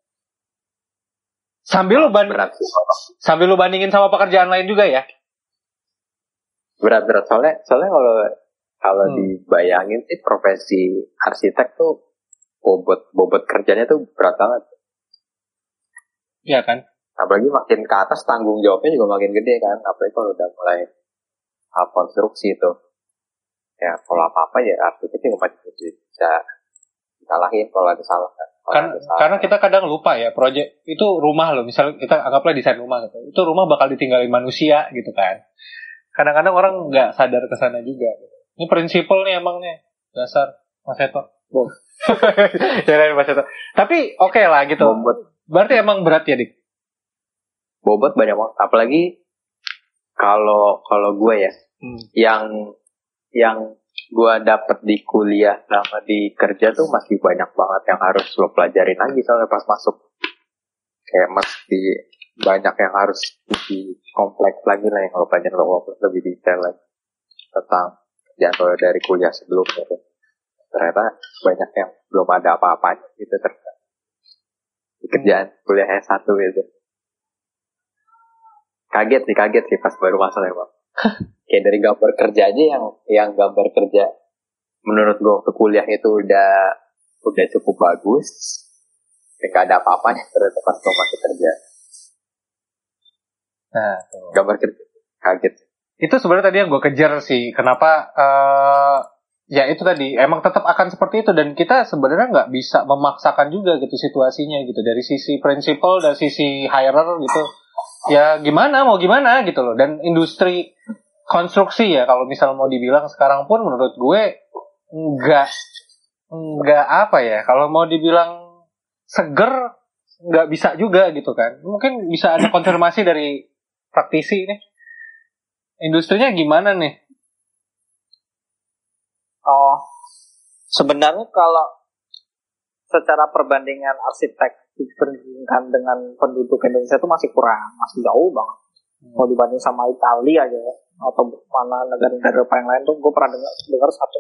Sambil lu bandingin sama pekerjaan lain juga ya. Berat. Soalnya kalau dibayangin sih profesi arsitek tuh bobot kerjanya tuh berat banget. Iya kan? Apalagi makin ke atas tanggung jawabnya juga makin gede kan. Apalagi kalau udah mulai konstruksi itu. Ya kalau apa-apa ya arsitek juga masih bisa disalahin kalau ada salah kan. Karena kita kadang lupa ya, proyek itu rumah loh. Misalnya kita anggaplah desain rumah gitu. Itu rumah bakal ditinggalin manusia gitu kan. Kadang-kadang orang nggak sadar ke sana juga. Ini prinsipal nih emang nih. Dasar Mas Eto. Jangan Mas Eto. Tapi oke lah gitu. Bobot. Berarti emang berat ya, Dik? Bobot banyak banget. Apalagi kalau gue ya, yang gue dapet di kuliah sama di kerja tuh masih banyak banget yang harus lo pelajarin lagi soalnya pas masuk. Kayak mesti banyak yang harus lebih kompleks lagi lah yang lo pelajarin, lo lebih detail lagi tentang kerjaan lo dari kuliah sebelumnya. Ternyata banyak yang belum ada apa-apanya gitu ternyata di kerjaan kuliah S1 gitu. Kaget sih pas baru masuk ya Bang. Kayak dari gambar kerja aja yang gambar kerja menurut gue waktu kuliah itu udah cukup bagus, nggak ada apa-apanya ternyata pas gue masuk kerja. Nah, gambar kerja kaget. Itu sebenarnya tadi yang gue kejar sih. Kenapa? Ya itu tadi emang tetap akan seperti itu dan kita sebenarnya nggak bisa memaksakan juga gitu situasinya gitu dari sisi prinsipal dan sisi hirer gitu. Ya mau gimana gitu loh. Dan industri konstruksi ya kalau misal mau dibilang sekarang pun menurut gue nggak apa ya, kalau mau dibilang seger nggak bisa juga gitu kan. Mungkin bisa ada konfirmasi dari praktisi nih, industrinya gimana nih? Oh, sebenarnya kalau secara perbandingan arsitek dibandingkan dengan penduduk Indonesia itu masih jauh banget. Kalau dibanding sama Italia aja ya, atau mana negara-negara yang lain tuh gue pernah dengar satu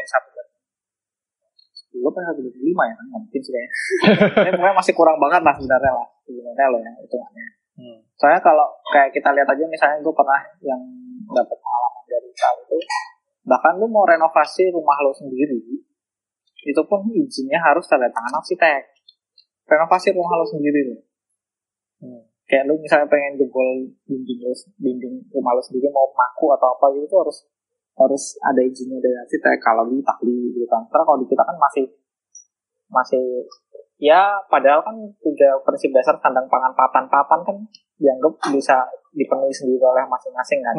gue pernah 1,5 ya kan, mungkin sih kayaknya. Ini masih kurang banget lah sebenarnya loh ya hitungannya. Soalnya kalau kayak kita lihat aja misalnya gue pernah yang dapat pengalaman dari Italia itu, bahkan lu mau renovasi rumah lo sendiri itu pun izinnya harus tanda tangan arsitek. Renovasi rumah lo sendiri nih. Kayak lu misalnya pengen jebol dinding rumah lo sendiri mau maku atau apa gitu harus ada izinnya dari arsitek. Kalau di Italia gitu kan. Karena kalau di kita kan masih ya padahal kan tiga prinsip dasar kandang pangan papan kan dianggap bisa dipenuhi sendiri oleh masing-masing kan.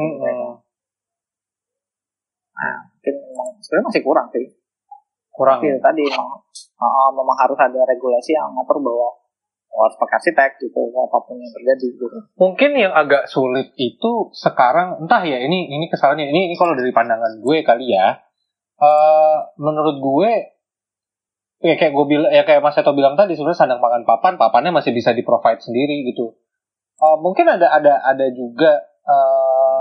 Nah, mungkin sebenarnya masih kurang sih. Tapi tadi memang harus ada regulasi yang ngatur bahwa harus pakai arsitek gitu apapun yang terjadi gitu. Mungkin yang agak sulit itu sekarang entah ya ini kesalahannya ini kalau dari pandangan gue kali ya. Menurut gue ya kayak gue bilang ya kayak Mas Eto bilang tadi sebenarnya sandang pangan papannya masih bisa di-provide sendiri gitu. Mungkin ada juga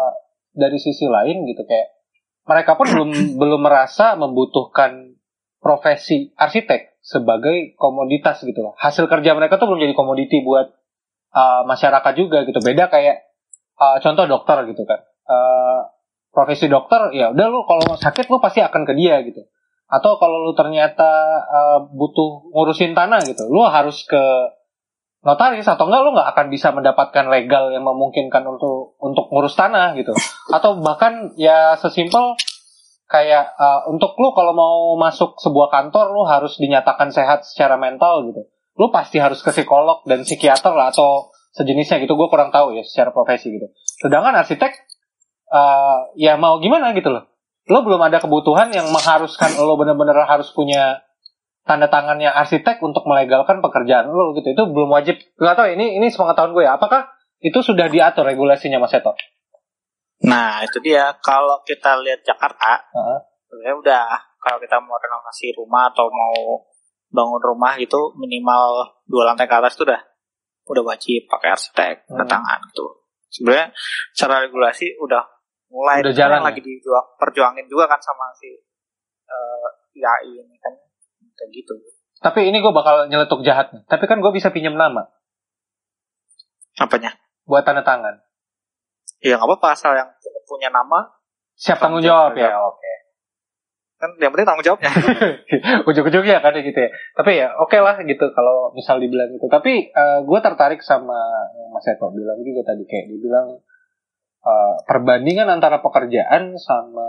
dari sisi lain gitu, kayak mereka pun belum merasa membutuhkan profesi arsitek sebagai komoditas gitu loh. Hasil kerja mereka tuh belum jadi komoditi buat masyarakat juga gitu. Beda kayak contoh dokter gitu kan. Profesi dokter ya udah, lu kalau sakit lu pasti akan ke dia gitu. Atau kalau lu ternyata butuh ngurusin tanah gitu, lu harus ke notaris, atau enggak lu nggak akan bisa mendapatkan legal yang memungkinkan untuk ngurus tanah gitu. Atau bahkan ya sesimpel kayak untuk lu kalau mau masuk sebuah kantor, lu harus dinyatakan sehat secara mental gitu. Lu pasti harus ke psikolog dan psikiater lah atau sejenisnya gitu. Gue kurang tahu ya secara profesi gitu. Sedangkan arsitek ya mau gimana gitu loh. Lu belum ada kebutuhan yang mengharuskan lu benar-benar harus punya tanda tangannya arsitek untuk melegalkan pekerjaan lu gitu. Itu belum wajib. Gak tahu ini sepengetahuan gue ya. Apakah itu sudah diatur regulasinya, Mas Seto? Nah, itu dia. Kalau kita lihat Jakarta, sebenarnya udah, kalau kita mau renovasi rumah atau mau bangun rumah gitu, minimal 2 lantai ke atas itu udah wajib pakai arsitek, tanda tangan gitu. Sebenarnya secara regulasi udah mulai jalan lagi diperjuangin juga kan sama si IAI ini kan, kayak gitu. Tapi ini gue bakal nyeletuk jahat nih. Tapi kan gue bisa pinjam nama. Apanya? Buat tanda tangan. Ya nggak apa-apa, asal yang punya nama siap tanggung jawab ya. Oke. Kan yang penting tanggung jawabnya. Ujung-ujungnya kan gitu ya. Tapi ya oke lah gitu kalau misal dibilang gitu. Tapi gue tertarik sama Mas Eko bilang juga tadi, kayak dibilang perbandingan antara pekerjaan sama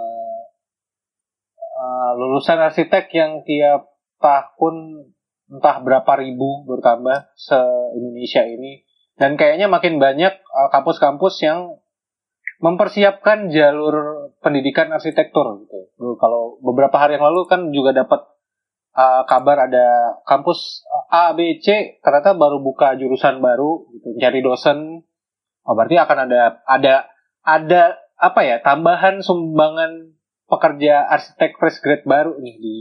lulusan arsitek yang tiap tahun entah berapa ribu bertambah se-Indonesia ini. Dan kayaknya makin banyak kampus-kampus yang mempersiapkan jalur pendidikan arsitektur gitu. Kalau beberapa hari yang lalu kan juga dapat kabar ada kampus A, B, C ternyata baru buka jurusan baru gitu, cari dosen. Oh, berarti akan ada apa ya, tambahan sumbangan pekerja arsitek fresh grade baru nih di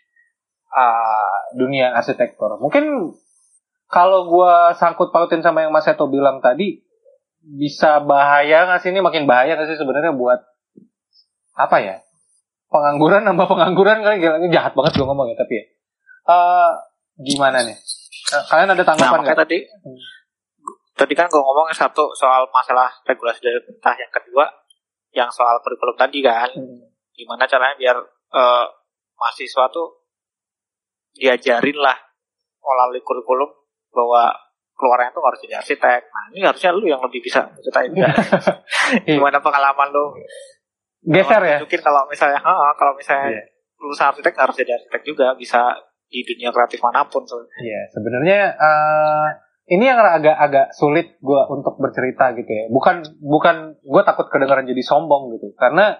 dunia arsitektur. Mungkin kalau gue sangkut pautin sama yang Mas Seto bilang tadi, bisa bahaya nggak sih, ini makin bahaya nggak sih sebenarnya buat apa ya, pengangguran nambah pengangguran kan, ini jahat banget gue ngomong ya, tapi ya gimana nih, kalian ada tanggapan nggak? Nah, tadi kan gue ngomong satu soal masalah regulasi dari pemerintah, yang kedua yang soal kurikulum tadi kan, gimana caranya biar mahasiswa tuh diajarin lah melalui kurikulum bahwa keluarnya tuh harus jadi arsitek. Nah, ini harusnya lu yang lebih bisa ceritain kan. Gimana pengalaman lu? Geser ya. Mungkin kalau misalnya lulusan arsitek harus jadi arsitek juga, bisa di dunia kreatif manapun tuh. Iya, sebenarnya ini yang agak sulit gue untuk bercerita gitu ya. Bukan gue takut kedengaran jadi sombong gitu. Karena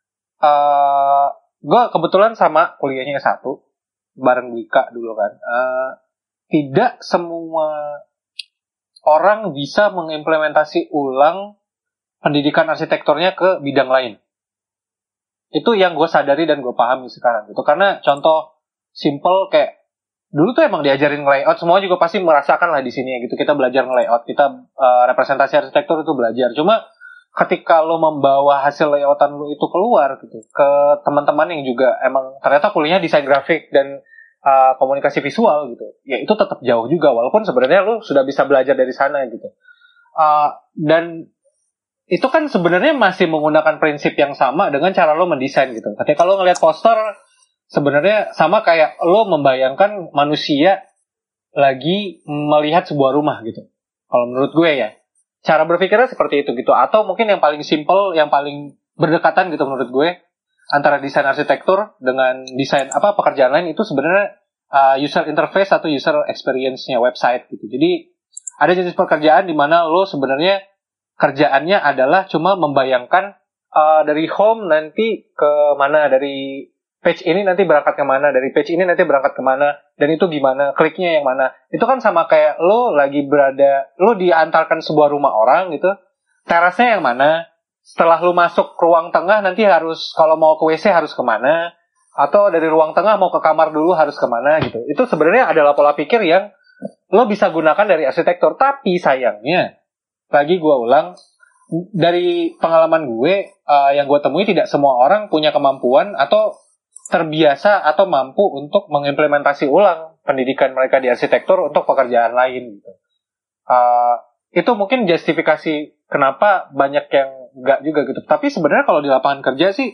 gue kebetulan sama kuliahnya S1 bareng Wika dulu kan. Tidak semua orang bisa mengimplementasi ulang pendidikan arsitekturnya ke bidang lain. Itu yang gue sadari dan gue pahami sekarang gitu. Karena contoh simple kayak dulu tuh emang diajarin layout, semua juga pasti merasakan lah di sini gitu. Kita belajar layout, kita representasi arsitektur itu belajar. Cuma ketika lo membawa hasil layoutan lo itu keluar gitu ke teman-teman yang juga emang ternyata kuliahnya desain grafik dan komunikasi visual gitu, ya itu tetap jauh juga walaupun sebenarnya lu sudah bisa belajar dari sana gitu. Dan itu kan sebenarnya masih menggunakan prinsip yang sama dengan cara lo mendesain gitu. Ketika lo ngelihat poster, sebenarnya sama kayak lo membayangkan manusia lagi melihat sebuah rumah gitu. Kalau menurut gue ya, cara berpikirnya seperti itu gitu. Atau mungkin yang paling simple, yang paling berdekatan gitu menurut gue, antara desain arsitektur dengan desain pekerjaan lain itu sebenarnya user interface atau user experience-nya website gitu. Jadi ada jenis pekerjaan di mana lo sebenarnya kerjaannya adalah cuma membayangkan dari home nanti ke mana, dari page ini nanti berangkat kemana, dari page ini nanti berangkat kemana, dan itu gimana, kliknya yang mana. Itu kan sama kayak lo lagi lo diantarkan sebuah rumah orang gitu, terasnya yang mana, setelah lu masuk ruang tengah nanti harus, kalau mau ke WC harus kemana, atau dari ruang tengah mau ke kamar dulu harus kemana gitu. Itu sebenarnya adalah pola pikir yang lo bisa gunakan dari arsitektur. Tapi sayangnya, lagi gue ulang, dari pengalaman gue yang gue temui tidak semua orang punya kemampuan atau terbiasa atau mampu untuk mengimplementasi ulang pendidikan mereka di arsitektur untuk pekerjaan lain gitu. Itu mungkin justifikasi kenapa banyak yang enggak juga gitu. Tapi sebenarnya kalau di lapangan kerja sih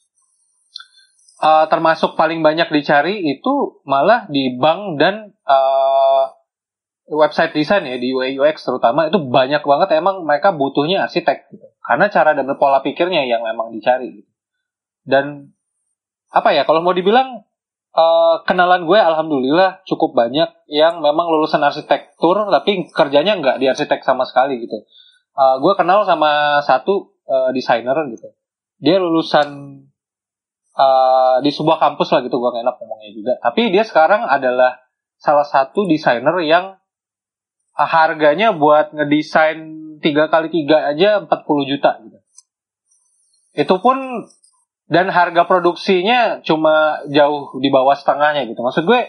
termasuk paling banyak dicari itu malah di bank dan website design ya, di UI UX terutama itu banyak banget emang mereka butuhnya arsitek gitu. Karena cara dan pola pikirnya yang memang dicari gitu. Dan apa ya, kalau mau dibilang kenalan gue alhamdulillah cukup banyak yang memang lulusan arsitektur tapi kerjanya nggak di arsitek sama sekali gitu. Gue kenal sama satu desainer gitu. Dia lulusan di sebuah kampus lah gitu, gue nggak enak ngomongnya juga. Tapi dia sekarang adalah salah satu desainer yang harganya buat ngedesain 3x3 aja 40 juta gitu. Itu pun dan harga produksinya cuma jauh di bawah setengahnya gitu. Maksud gue,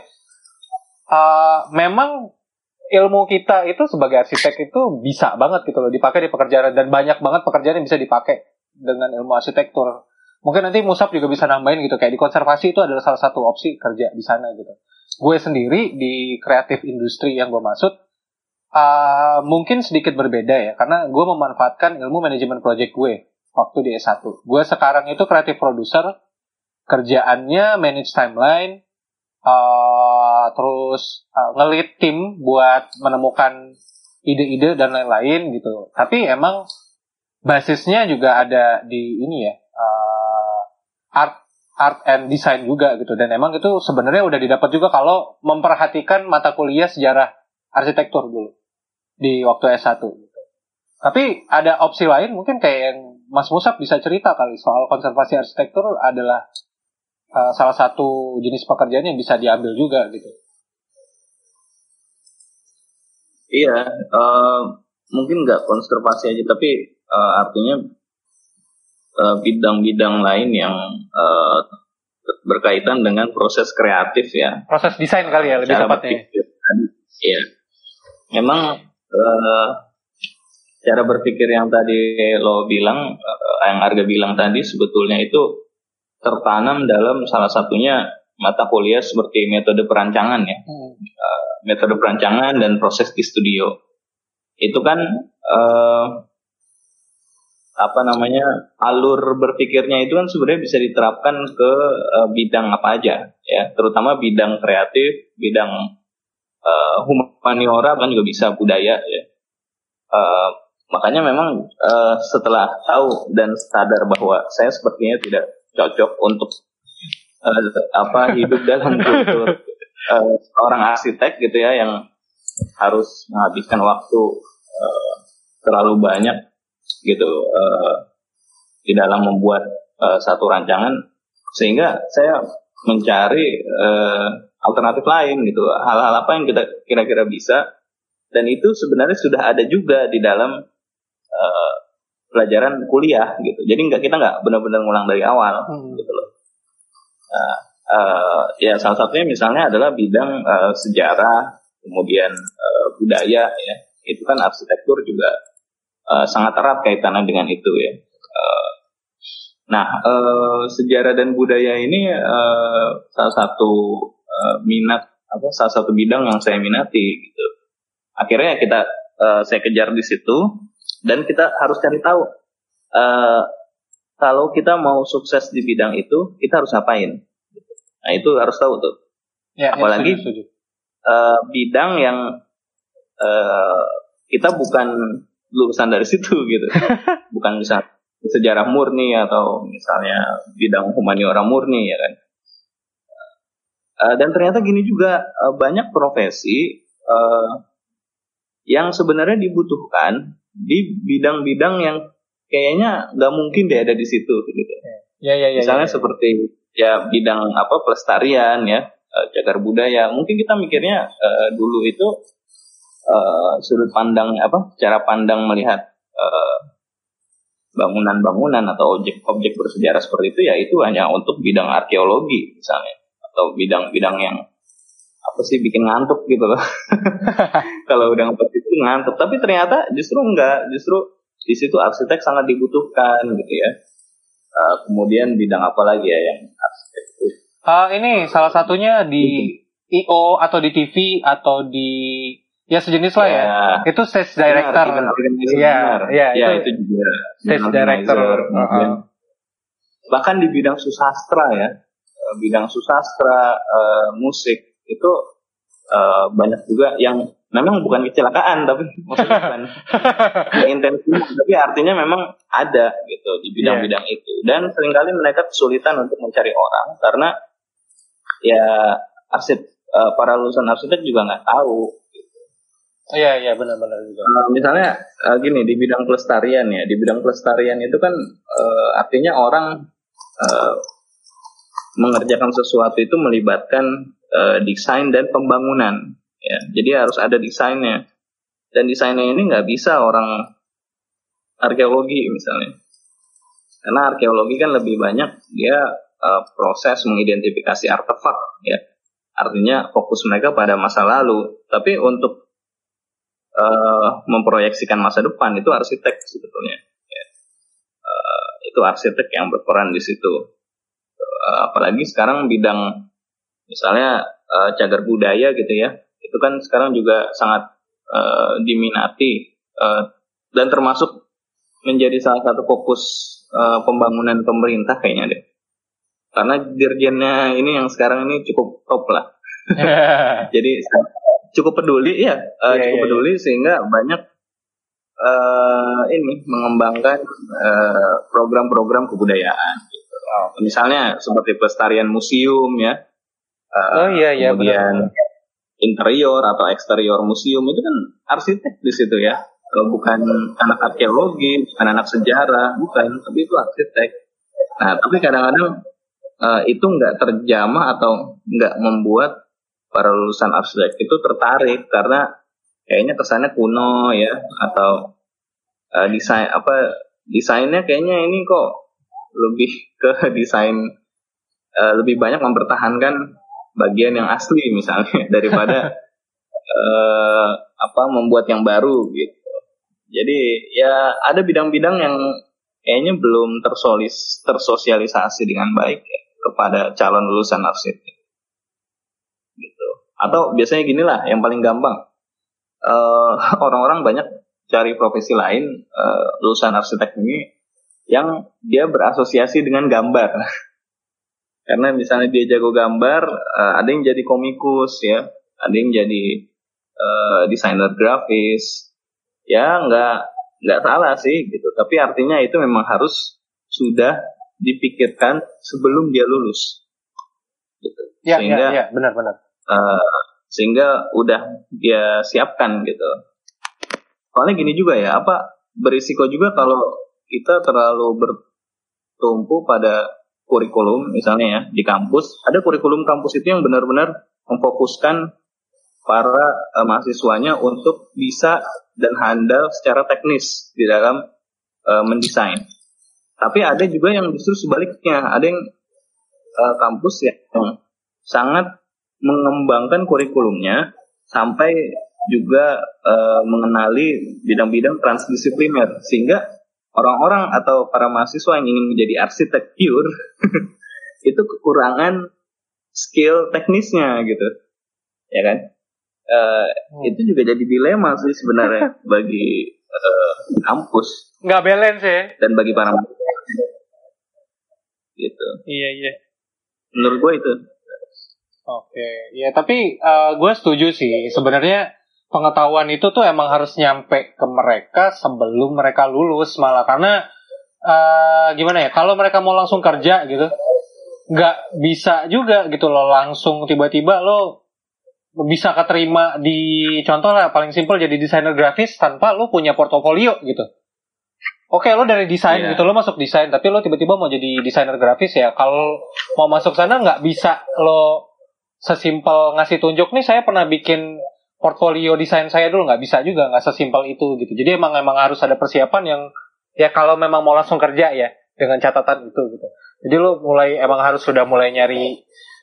memang ilmu kita itu sebagai arsitek itu bisa banget gitu loh dipakai di pekerjaan, dan banyak banget pekerjaan yang bisa dipakai dengan ilmu arsitektur. Mungkin nanti Musab juga bisa nambahin gitu, kayak di konservasi itu adalah salah satu opsi kerja di sana gitu. Gue sendiri di kreatif industri yang gue maksud, mungkin sedikit berbeda ya, karena gue memanfaatkan ilmu manajemen project gue waktu di S1. Gue sekarang itu kreatif produser, kerjaannya manage timeline, terus nge-lead tim buat menemukan ide-ide dan lain-lain gitu. Tapi emang basisnya juga ada di ini ya, art and design juga gitu. Dan emang itu sebenarnya udah didapat juga kalau memperhatikan mata kuliah sejarah arsitektur dulu di waktu S1 gitu. Tapi ada opsi lain mungkin kayak yang Mas Musab bisa cerita kali, soal konservasi arsitektur adalah salah satu jenis pekerjaan yang bisa diambil juga gitu. Iya, mungkin nggak konservasi aja, tapi artinya bidang-bidang lain yang berkaitan dengan proses kreatif ya. Proses desain kali ya lebih tepatnya. Iya, memang cara berpikir yang tadi lo bilang, yang Arga bilang tadi sebetulnya itu tertanam dalam salah satunya mata kuliah seperti metode perancangan ya. Metode perancangan dan proses di studio. Itu kan alur berpikirnya itu kan sebenarnya bisa diterapkan ke bidang apa aja ya, terutama bidang kreatif, bidang humaniora kan juga bisa, budaya ya. Makanya memang setelah tahu dan sadar bahwa saya sepertinya tidak cocok untuk hidup dalam kultur seorang arsitek gitu ya, yang harus menghabiskan waktu terlalu banyak gitu di dalam membuat satu rancangan, sehingga saya mencari alternatif lain gitu, hal-hal apa yang kita kira-kira bisa, dan itu sebenarnya sudah ada juga di dalam pelajaran kuliah gitu. Jadi kita nggak benar-benar ngulang dari awal gitu loh. Ya salah satunya misalnya adalah bidang sejarah, kemudian budaya ya. Itu kan arsitektur juga sangat erat kaitannya dengan itu ya. Sejarah dan budaya ini salah satu salah satu bidang yang saya minati gitu. Akhirnya saya kejar di situ. Dan kita harus cari tahu kalau kita mau sukses di bidang itu, kita harus ngapain. Nah itu harus tahu tuh. Ya, apalagi bidang yang kita bukan lulusan dari situ gitu. Bukan misalnya sejarah murni atau misalnya bidang humaniora murni ya kan. Dan ternyata gini juga, banyak profesi yang sebenarnya dibutuhkan di bidang-bidang yang kayaknya nggak mungkin deh ada di situ gitu. Misalnya seperti ya bidang pelestarian ya, cagar budaya. Mungkin kita mikirnya dulu itu sudut pandang cara pandang melihat bangunan-bangunan atau objek-objek bersejarah seperti itu ya, itu hanya untuk bidang arkeologi misalnya, atau bidang-bidang yang bikin ngantuk gitu loh. Kalau udah ngepas itu ngantuk, tapi ternyata justru enggak, justru di situ arsitek sangat dibutuhkan gitu ya. Kemudian bidang apa lagi ya yang arsitek itu? Ini salah satunya di IO atau di TV atau di ya sejenis lah ya. Itu stage director. Iya, itu juga stage director. Bahkan di bidang susastra ya, bidang susastra, musik itu banyak juga yang memang bukan kecelakaan tapi maksudnya bukan intensi, tapi artinya memang ada gitu di bidang-bidang itu. Dan seringkali mereka kesulitan untuk mencari orang karena ya para lulusan arsitek juga nggak tahu. Iya benar-benar juga. Misalnya gini di bidang pelestarian ya, di bidang pelestarian itu kan artinya orang mengerjakan sesuatu itu melibatkan desain dan pembangunan. Ya, jadi harus ada desainnya. Dan desainnya ini nggak bisa orang arkeologi misalnya. Karena arkeologi kan lebih banyak dia proses mengidentifikasi artefak ya. Artinya fokus mereka pada masa lalu. Tapi untuk memproyeksikan masa depan itu arsitek sebetulnya. Ya. Itu arsitek yang berperan di situ. Apalagi sekarang bidang misalnya cagar budaya gitu ya. Itu kan sekarang juga sangat diminati dan termasuk menjadi salah satu fokus pembangunan pemerintah kayaknya deh. Karena dirjennya ini yang sekarang ini cukup top lah. Jadi cukup peduli ya, peduli sehingga banyak ini mengembangkan program-program kebudayaan. Gitu. Misalnya seperti pelestarian museum ya. Kemudian benar. Interior atau eksterior museum itu kan arsitek di situ ya, bukan anak arkeologi, bukan anak sejarah, bukan, tapi itu arsitek. Nah, tapi kadang-kadang itu nggak terjamah atau nggak membuat para lulusan arsitek itu tertarik karena kayaknya kesannya kuno ya, atau desainnya kayaknya ini kok lebih ke desain lebih banyak mempertahankan bagian yang asli misalnya daripada membuat yang baru gitu. Jadi ya ada bidang-bidang yang kayaknya belum tersosialisasi dengan baik ya, kepada calon lulusan arsitek gitu. Atau biasanya ginilah yang paling gampang, orang-orang banyak cari profesi lain lulusan arsitek ini yang dia berasosiasi dengan gambar. Karena misalnya dia jago gambar, ada yang jadi komikus ya, ada yang jadi desainer grafis, ya nggak salah sih gitu. Tapi artinya itu memang harus sudah dipikirkan sebelum dia lulus. Gitu. Sehingga benar-benar. Sehingga udah dia siapkan gitu. Soalnya gini juga ya, berisiko juga kalau kita terlalu bertumpu pada kurikulum misalnya ya di kampus. Ada kurikulum kampus itu yang benar-benar memfokuskan para mahasiswanya untuk bisa dan handal secara teknis di dalam mendesain. Tapi ada juga yang justru sebaliknya, ada yang kampus yang sangat mengembangkan kurikulumnya sampai juga mengenali bidang-bidang transdisipliner, sehingga orang-orang atau para mahasiswa yang ingin menjadi arsitek pure itu kekurangan skill teknisnya gitu, ya kan? Itu juga jadi dilema sih sebenarnya bagi kampus. Nggak balance ya? Dan bagi para mahasiswa gitu. Iya. Menurut gue itu. Oke, ya tapi gue setuju sih sebenarnya. Pengetahuan itu tuh emang harus nyampe ke mereka sebelum mereka lulus malah, karena gimana ya, kalau mereka mau langsung kerja gitu nggak bisa juga gitu loh, langsung tiba-tiba lo bisa keterima di, contoh lah paling simpel, jadi desainer grafis tanpa lo punya portofolio gitu. Oke, lo dari desain gitu, lo masuk desain, tapi lo tiba-tiba mau jadi desainer grafis ya, kalau mau masuk sana nggak bisa lo sesimpel ngasih tunjuk nih saya pernah bikin portfolio desain saya dulu, nggak bisa juga, nggak sesimpel itu gitu. Jadi emang harus ada persiapan yang ya kalau memang mau langsung kerja ya dengan catatan itu gitu. Jadi lo sudah mulai nyari.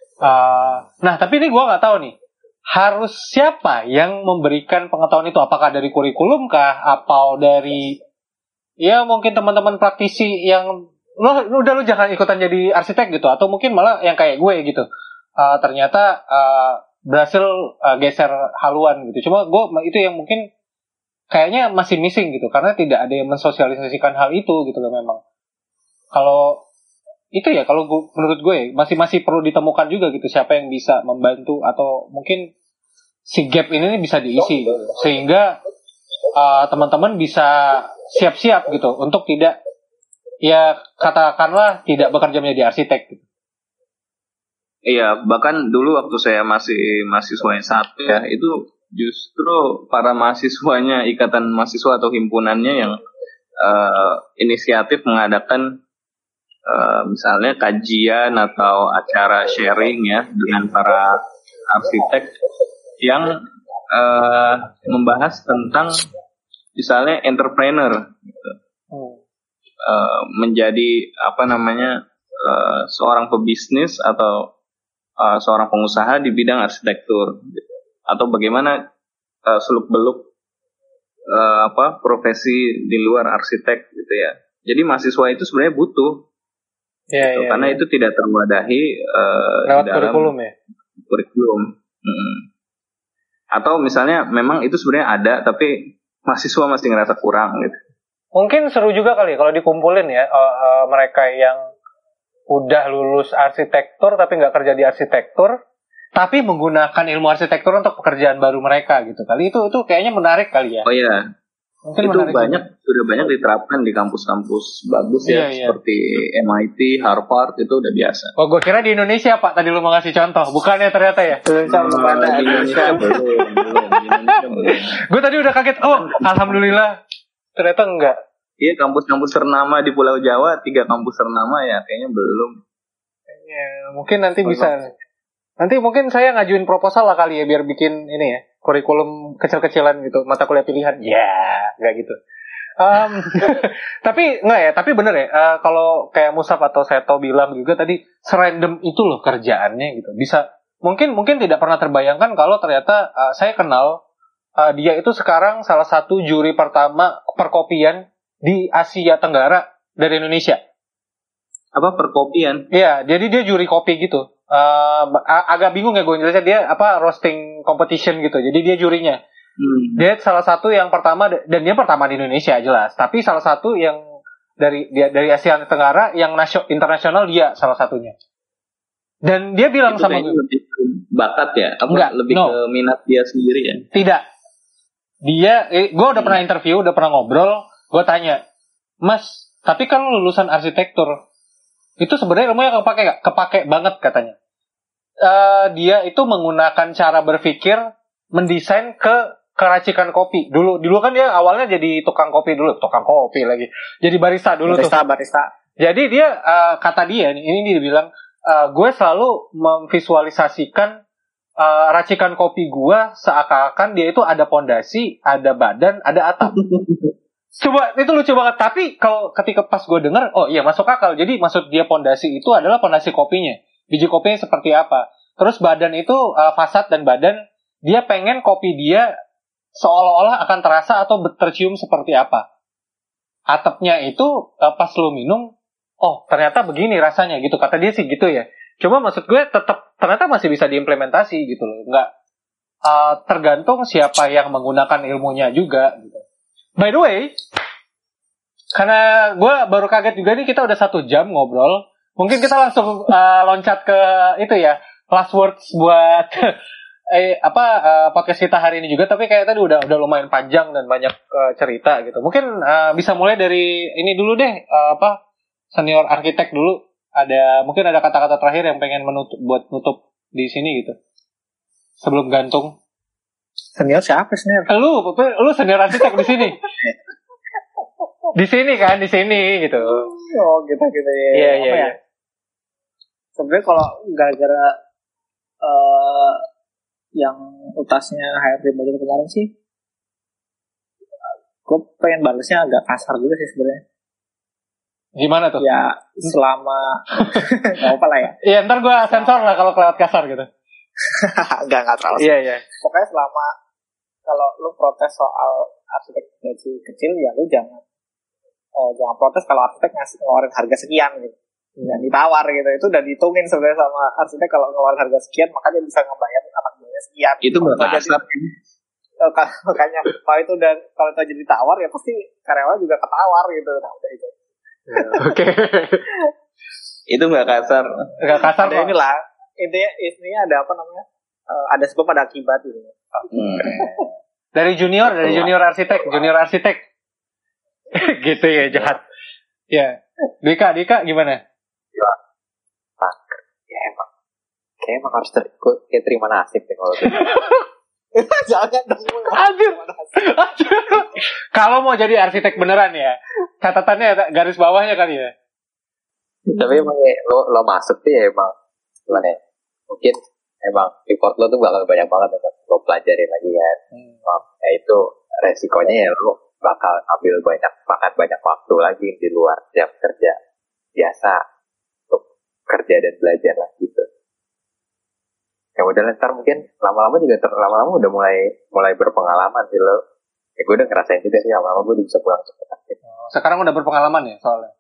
Nah tapi ini gue nggak tahu nih, harus siapa yang memberikan pengetahuan itu? Apakah dari kurikulum kah? Atau dari ya mungkin teman-teman praktisi yang lu jangan ikutan jadi arsitek gitu, atau mungkin malah yang kayak gue gitu. Ternyata berhasil geser haluan gitu. Cuma gue itu yang mungkin kayaknya masih missing gitu, karena tidak ada yang mensosialisasikan hal itu gitu loh memang. Kalau itu ya, kalau menurut gue masih perlu ditemukan juga gitu siapa yang bisa membantu, atau mungkin si gap ini bisa diisi gitu, sehingga teman-teman bisa siap-siap gitu untuk tidak, ya katakanlah tidak bekerja menjadi arsitek gitu. Iya, bahkan dulu waktu saya masih mahasiswa yang satu ya, itu justru para mahasiswanya, ikatan mahasiswa atau himpunannya yang inisiatif mengadakan misalnya kajian atau acara sharing ya dengan para arsitek yang membahas tentang misalnya entrepreneur gitu. Menjadi seorang pebisnis atau seorang pengusaha di bidang arsitektur gitu. Atau bagaimana seluk-beluk profesi di luar arsitek gitu ya. Jadi mahasiswa itu sebenarnya butuh karena itu tidak terwadahi lewat dalam kurikulum ya. Kurikulum. Atau misalnya memang itu sebenarnya ada tapi mahasiswa masih ngerasa kurang gitu. Mungkin seru juga kali kalau dikumpulin ya mereka yang udah lulus arsitektur tapi nggak kerja di arsitektur, tapi menggunakan ilmu arsitektur untuk pekerjaan baru mereka gitu kali. Itu kayaknya menarik kali ya. Oh iya. Mungkin itu sudah banyak diterapkan di kampus-kampus bagus ya, seperti MIT, Harvard, itu udah biasa. Oh, gue kira di Indonesia Pak, tadi lu mau ngasih contoh, bukannya ternyata ya? Di Indonesia belum. Gue tadi udah kaget, alhamdulillah, ternyata enggak. Iya, kampus-kampus ternama di Pulau Jawa, 3 kampus ternama ya, kayaknya belum. Mungkin nanti bisa. Nanti mungkin saya ngajuin proposal lah kali ya, biar bikin ini ya, kurikulum kecil-kecilan gitu, mata kuliah pilihan. Nggak gitu. Tapi bener ya, kalau kayak Musab atau Seto bilang juga tadi, serandom itu loh kerjaannya gitu. Bisa, mungkin tidak pernah terbayangkan kalau ternyata saya kenal, dia itu sekarang salah satu juri pertama perkopian di Asia Tenggara dari Indonesia. Apa perkopian? Iya, jadi dia juri kopi gitu. Agak bingung ya gue jelasnya, dia roasting competition gitu. Jadi dia jurinya. Dia salah satu yang pertama, dan dia pertama di Indonesia jelas. Tapi salah satu yang dari Asia Tenggara yang internasional, dia salah satunya. Dan dia bilang itu sama gue, lebih ke bakat ya? Enggak, lebih ke minat dia sendiri ya? Tidak. Gue udah pernah interview, udah pernah ngobrol. Gue tanya, Mas, tapi kan lulusan arsitektur, itu sebenarnya ilmunya kepake banget katanya. Dia itu menggunakan cara berpikir mendesain ke keracikan kopi. Dulu kan dia awalnya jadi tukang kopi lagi. Jadi barista dulu. Barista. Jadi dia kata dia ini dia bilang, gue selalu memvisualisasikan racikan kopi gue seakan-akan dia itu ada pondasi, ada badan, ada atap. Coba, itu lucu banget. Tapi kalau ketika pas gue denger, oh iya masuk akal. Jadi maksud dia pondasi itu adalah pondasi kopinya. Biji kopinya seperti apa. Terus badan itu, fasad dan badan, dia pengen kopi dia seolah-olah akan terasa atau tercium seperti apa. Atapnya itu pas lo minum, oh ternyata begini rasanya gitu. Kata dia sih gitu ya. Cuma maksud gue tetap ternyata masih bisa diimplementasi gitu loh. Nggak tergantung siapa yang menggunakan ilmunya juga gitu. By the way, karena gue baru kaget juga nih, kita udah 1 jam ngobrol. Mungkin kita langsung loncat ke itu ya, last words buat podcast kita hari ini juga. Tapi kayak tadi udah lumayan panjang dan banyak cerita gitu. Mungkin bisa mulai dari ini dulu deh, senior arsitek dulu. Mungkin ada kata-kata terakhir yang pengen nutup di sini gitu, sebelum gantung. Senior siapa senior? Lu senior arsitek di sini. Di sini gitu. Oh, gitu ya. Iya. Sebenarnya kalau gara-gara yang utasnya HRD Bajul kemarin sih, gue pengen balasnya agak kasar juga sih sebenarnya. Gimana tuh? Ya, selama nggak apa lah ya. Iya, ntar gue sensor lah kalau kelewat kasar gitu. Enggak terlalu. Iya. Pokoknya selama kalau lu protes soal arsitek gaji kecil, ya lu jangan jangan protes kalau arsitek ngeluarin harga sekian gitu. Dan ditawar gitu. Itu udah dihitungin sebenarnya sama arsitek, kalau ngeluarin harga sekian makanya bisa ngebayarin anak buahnya sekian. Itu nggak kasar. Makanya kalau itu jadi tawar ya pasti karyawan juga ketawar gitu. Nah, udah itu. Oke. Itu nggak kasar. Nggak kasar Ada kok. inilah. Intinya ada apa namanya? Ada sebab ada akibat gitu. Dari junior arsitek. Gitu ya, jahat. Ya. Dika gimana? Ya emang harus kayak terima nasib deh kalau gitu. Jangan dong. Anjir. Kalau mau jadi arsitek beneran ya, catatannya garis bawahnya kali ya. Tapi emang lo masuk tuh ya emang gimana ya? Mungkin emang report lo tuh bakal banyak banget ya, lo pelajarin lagi kan. Ya itu resikonya ya lo bakal makan banyak waktu lagi di luar jam kerja biasa untuk kerja dan belajar lah gitu. Ya udah ntar mungkin lama-lama udah mulai berpengalaman sih lo. Ya gue udah ngerasain juga sih, lama-lama gue udah bisa pulang cepet. Sekarang udah berpengalaman ya soalnya.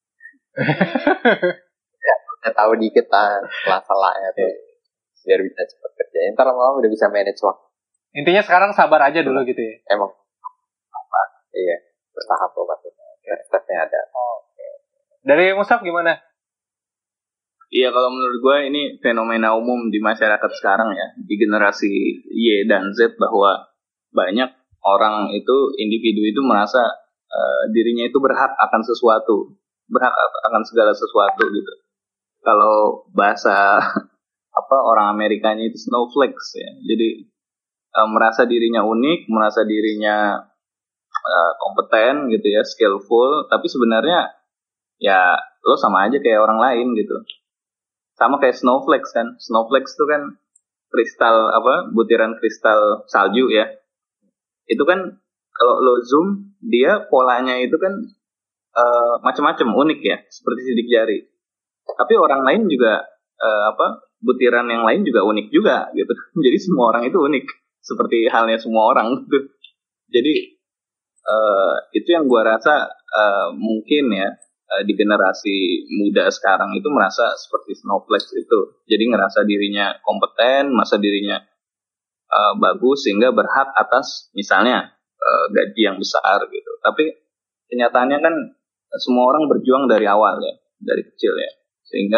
Ya udah tahu dikit lah salah-salahnya tuh biar bisa cepet kerja. Ntar lama-lama udah bisa manage waktu. Intinya sekarang sabar aja dulu gitu ya. Emang iya, bertahap loh maksudnya. Stepnya ada. Dari Musab gimana? Iya, kalau menurut gue ini fenomena umum di masyarakat sekarang ya, di generasi Y dan Z, bahwa banyak orang itu, individu itu merasa dirinya itu berhak akan sesuatu, berhak akan segala sesuatu gitu. Kalau bahasa orang Amerikanya itu snowflakes ya, jadi merasa dirinya unik, merasa dirinya kompeten gitu ya, skillful, tapi sebenarnya ya lo sama aja kayak orang lain gitu. Sama kayak snowflakes kan. Snowflakes itu kan kristal butiran kristal salju ya. Itu kan kalau lo zoom, dia polanya itu kan macam-macam, unik ya, seperti sidik jari. Tapi orang lain juga butiran yang lain juga unik juga gitu. Jadi semua orang itu unik, seperti halnya semua orang gitu. Jadi itu yang gue rasa mungkin ya di generasi muda sekarang itu merasa seperti snowflakes itu. Jadi ngerasa dirinya kompeten, merasa dirinya bagus sehingga berhak atas misalnya gaji yang besar gitu. Tapi kenyataannya kan semua orang berjuang dari awal ya, dari kecil ya. Sehingga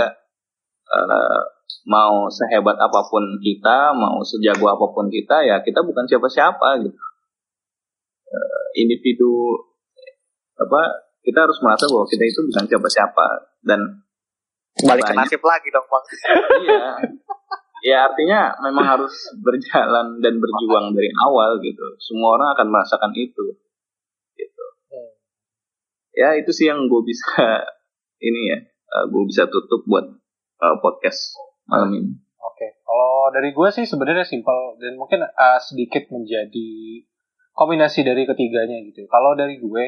mau sehebat apapun kita, mau sejago apapun kita, ya kita bukan siapa-siapa gitu. Individu kita harus merasa bahwa kita itu bukan siapa-siapa dan balik ke nasib lagi dong Bang. Iya. Ya artinya memang harus berjalan dan berjuang dari awal gitu. Semua orang akan merasakan itu. Gitu. Ya itu sih yang gue bisa gue bisa tutup buat podcast malam ini. Oke. Kalau dari gue sih sebenarnya simpel dan mungkin sedikit menjadi kombinasi dari ketiganya gitu. Kalau dari gue,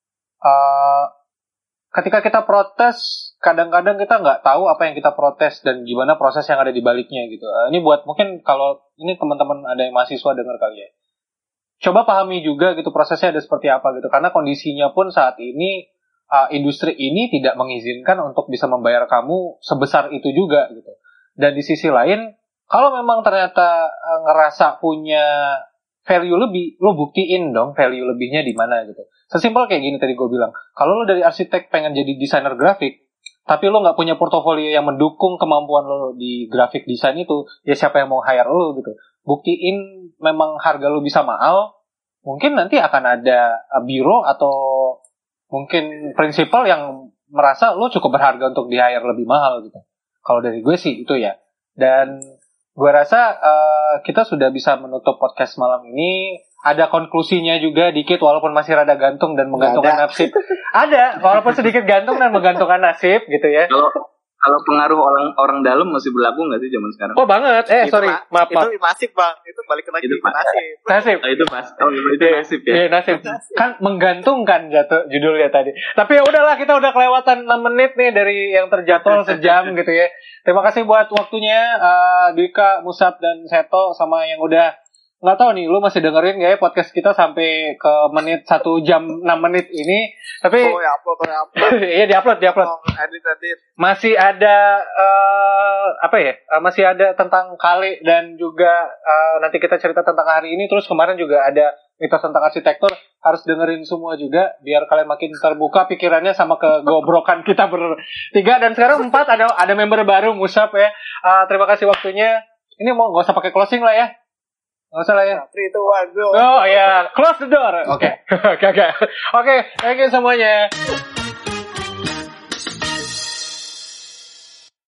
ketika kita protes, kadang-kadang kita nggak tahu apa yang kita protes dan gimana proses yang ada di baliknya gitu. Ini buat mungkin kalau ini teman-teman ada yang mahasiswa dengar kali ya. Coba pahami juga gitu prosesnya ada seperti apa gitu. Karena kondisinya pun saat ini industri ini tidak mengizinkan untuk bisa membayar kamu sebesar itu juga gitu. Dan di sisi lain, kalau memang ternyata ngerasa punya value lebih, lo buktiin dong value lebihnya di mana gitu. Sesimpel kayak gini tadi gue bilang, kalau lo dari arsitek pengen jadi desainer grafik, tapi lo nggak punya portofolio yang mendukung kemampuan lo di grafik desain itu, ya siapa yang mau hire lo gitu. Buktiin memang harga lo bisa mahal, mungkin nanti akan ada biro atau mungkin prinsipal yang merasa lo cukup berharga untuk di hire lebih mahal gitu. Kalau dari gue sih itu ya. Dan gue rasa kita sudah bisa menutup podcast malam ini. Ada konklusinya juga dikit walaupun masih rada gantung dan menggantungkan nasib. Ada, walaupun sedikit gantung dan menggantungkan nasib gitu ya. Kalau pengaruh orang dalam masih berlaku nggak sih zaman sekarang? Oh banget. Maaf. Itu nasib Bang. Itu balik lagi itu ke nasib. Nasib. Itu nasib ya. Iya, nasib. Kan menggantungkan jatuh judulnya tadi. Tapi ya udahlah, kita udah kelewatan 6 menit nih dari yang terjadwal sejam gitu ya. Terima kasih buat waktunya Dika, Musab dan Seto sama yang udah nggak tahu nih, lu masih dengerin nggak ya podcast kita sampai ke menit 1 jam 6 menit ini? Tapi upload. iya diupload. Edit. Masih ada masih ada tentang Kale dan juga nanti kita cerita tentang hari ini. Terus kemarin juga ada mitos tentang arsitektur, harus dengerin semua juga biar kalian makin terbuka pikirannya sama kegobrokan kita bertiga. Dan sekarang 4 ada member baru, Musab ya. Terima kasih waktunya. Ini mau nggak usah pakai closing lah ya. Nggak usah lah ya. 3, 2, 1, go. Oh ya, close the door. Oke, thank you semuanya.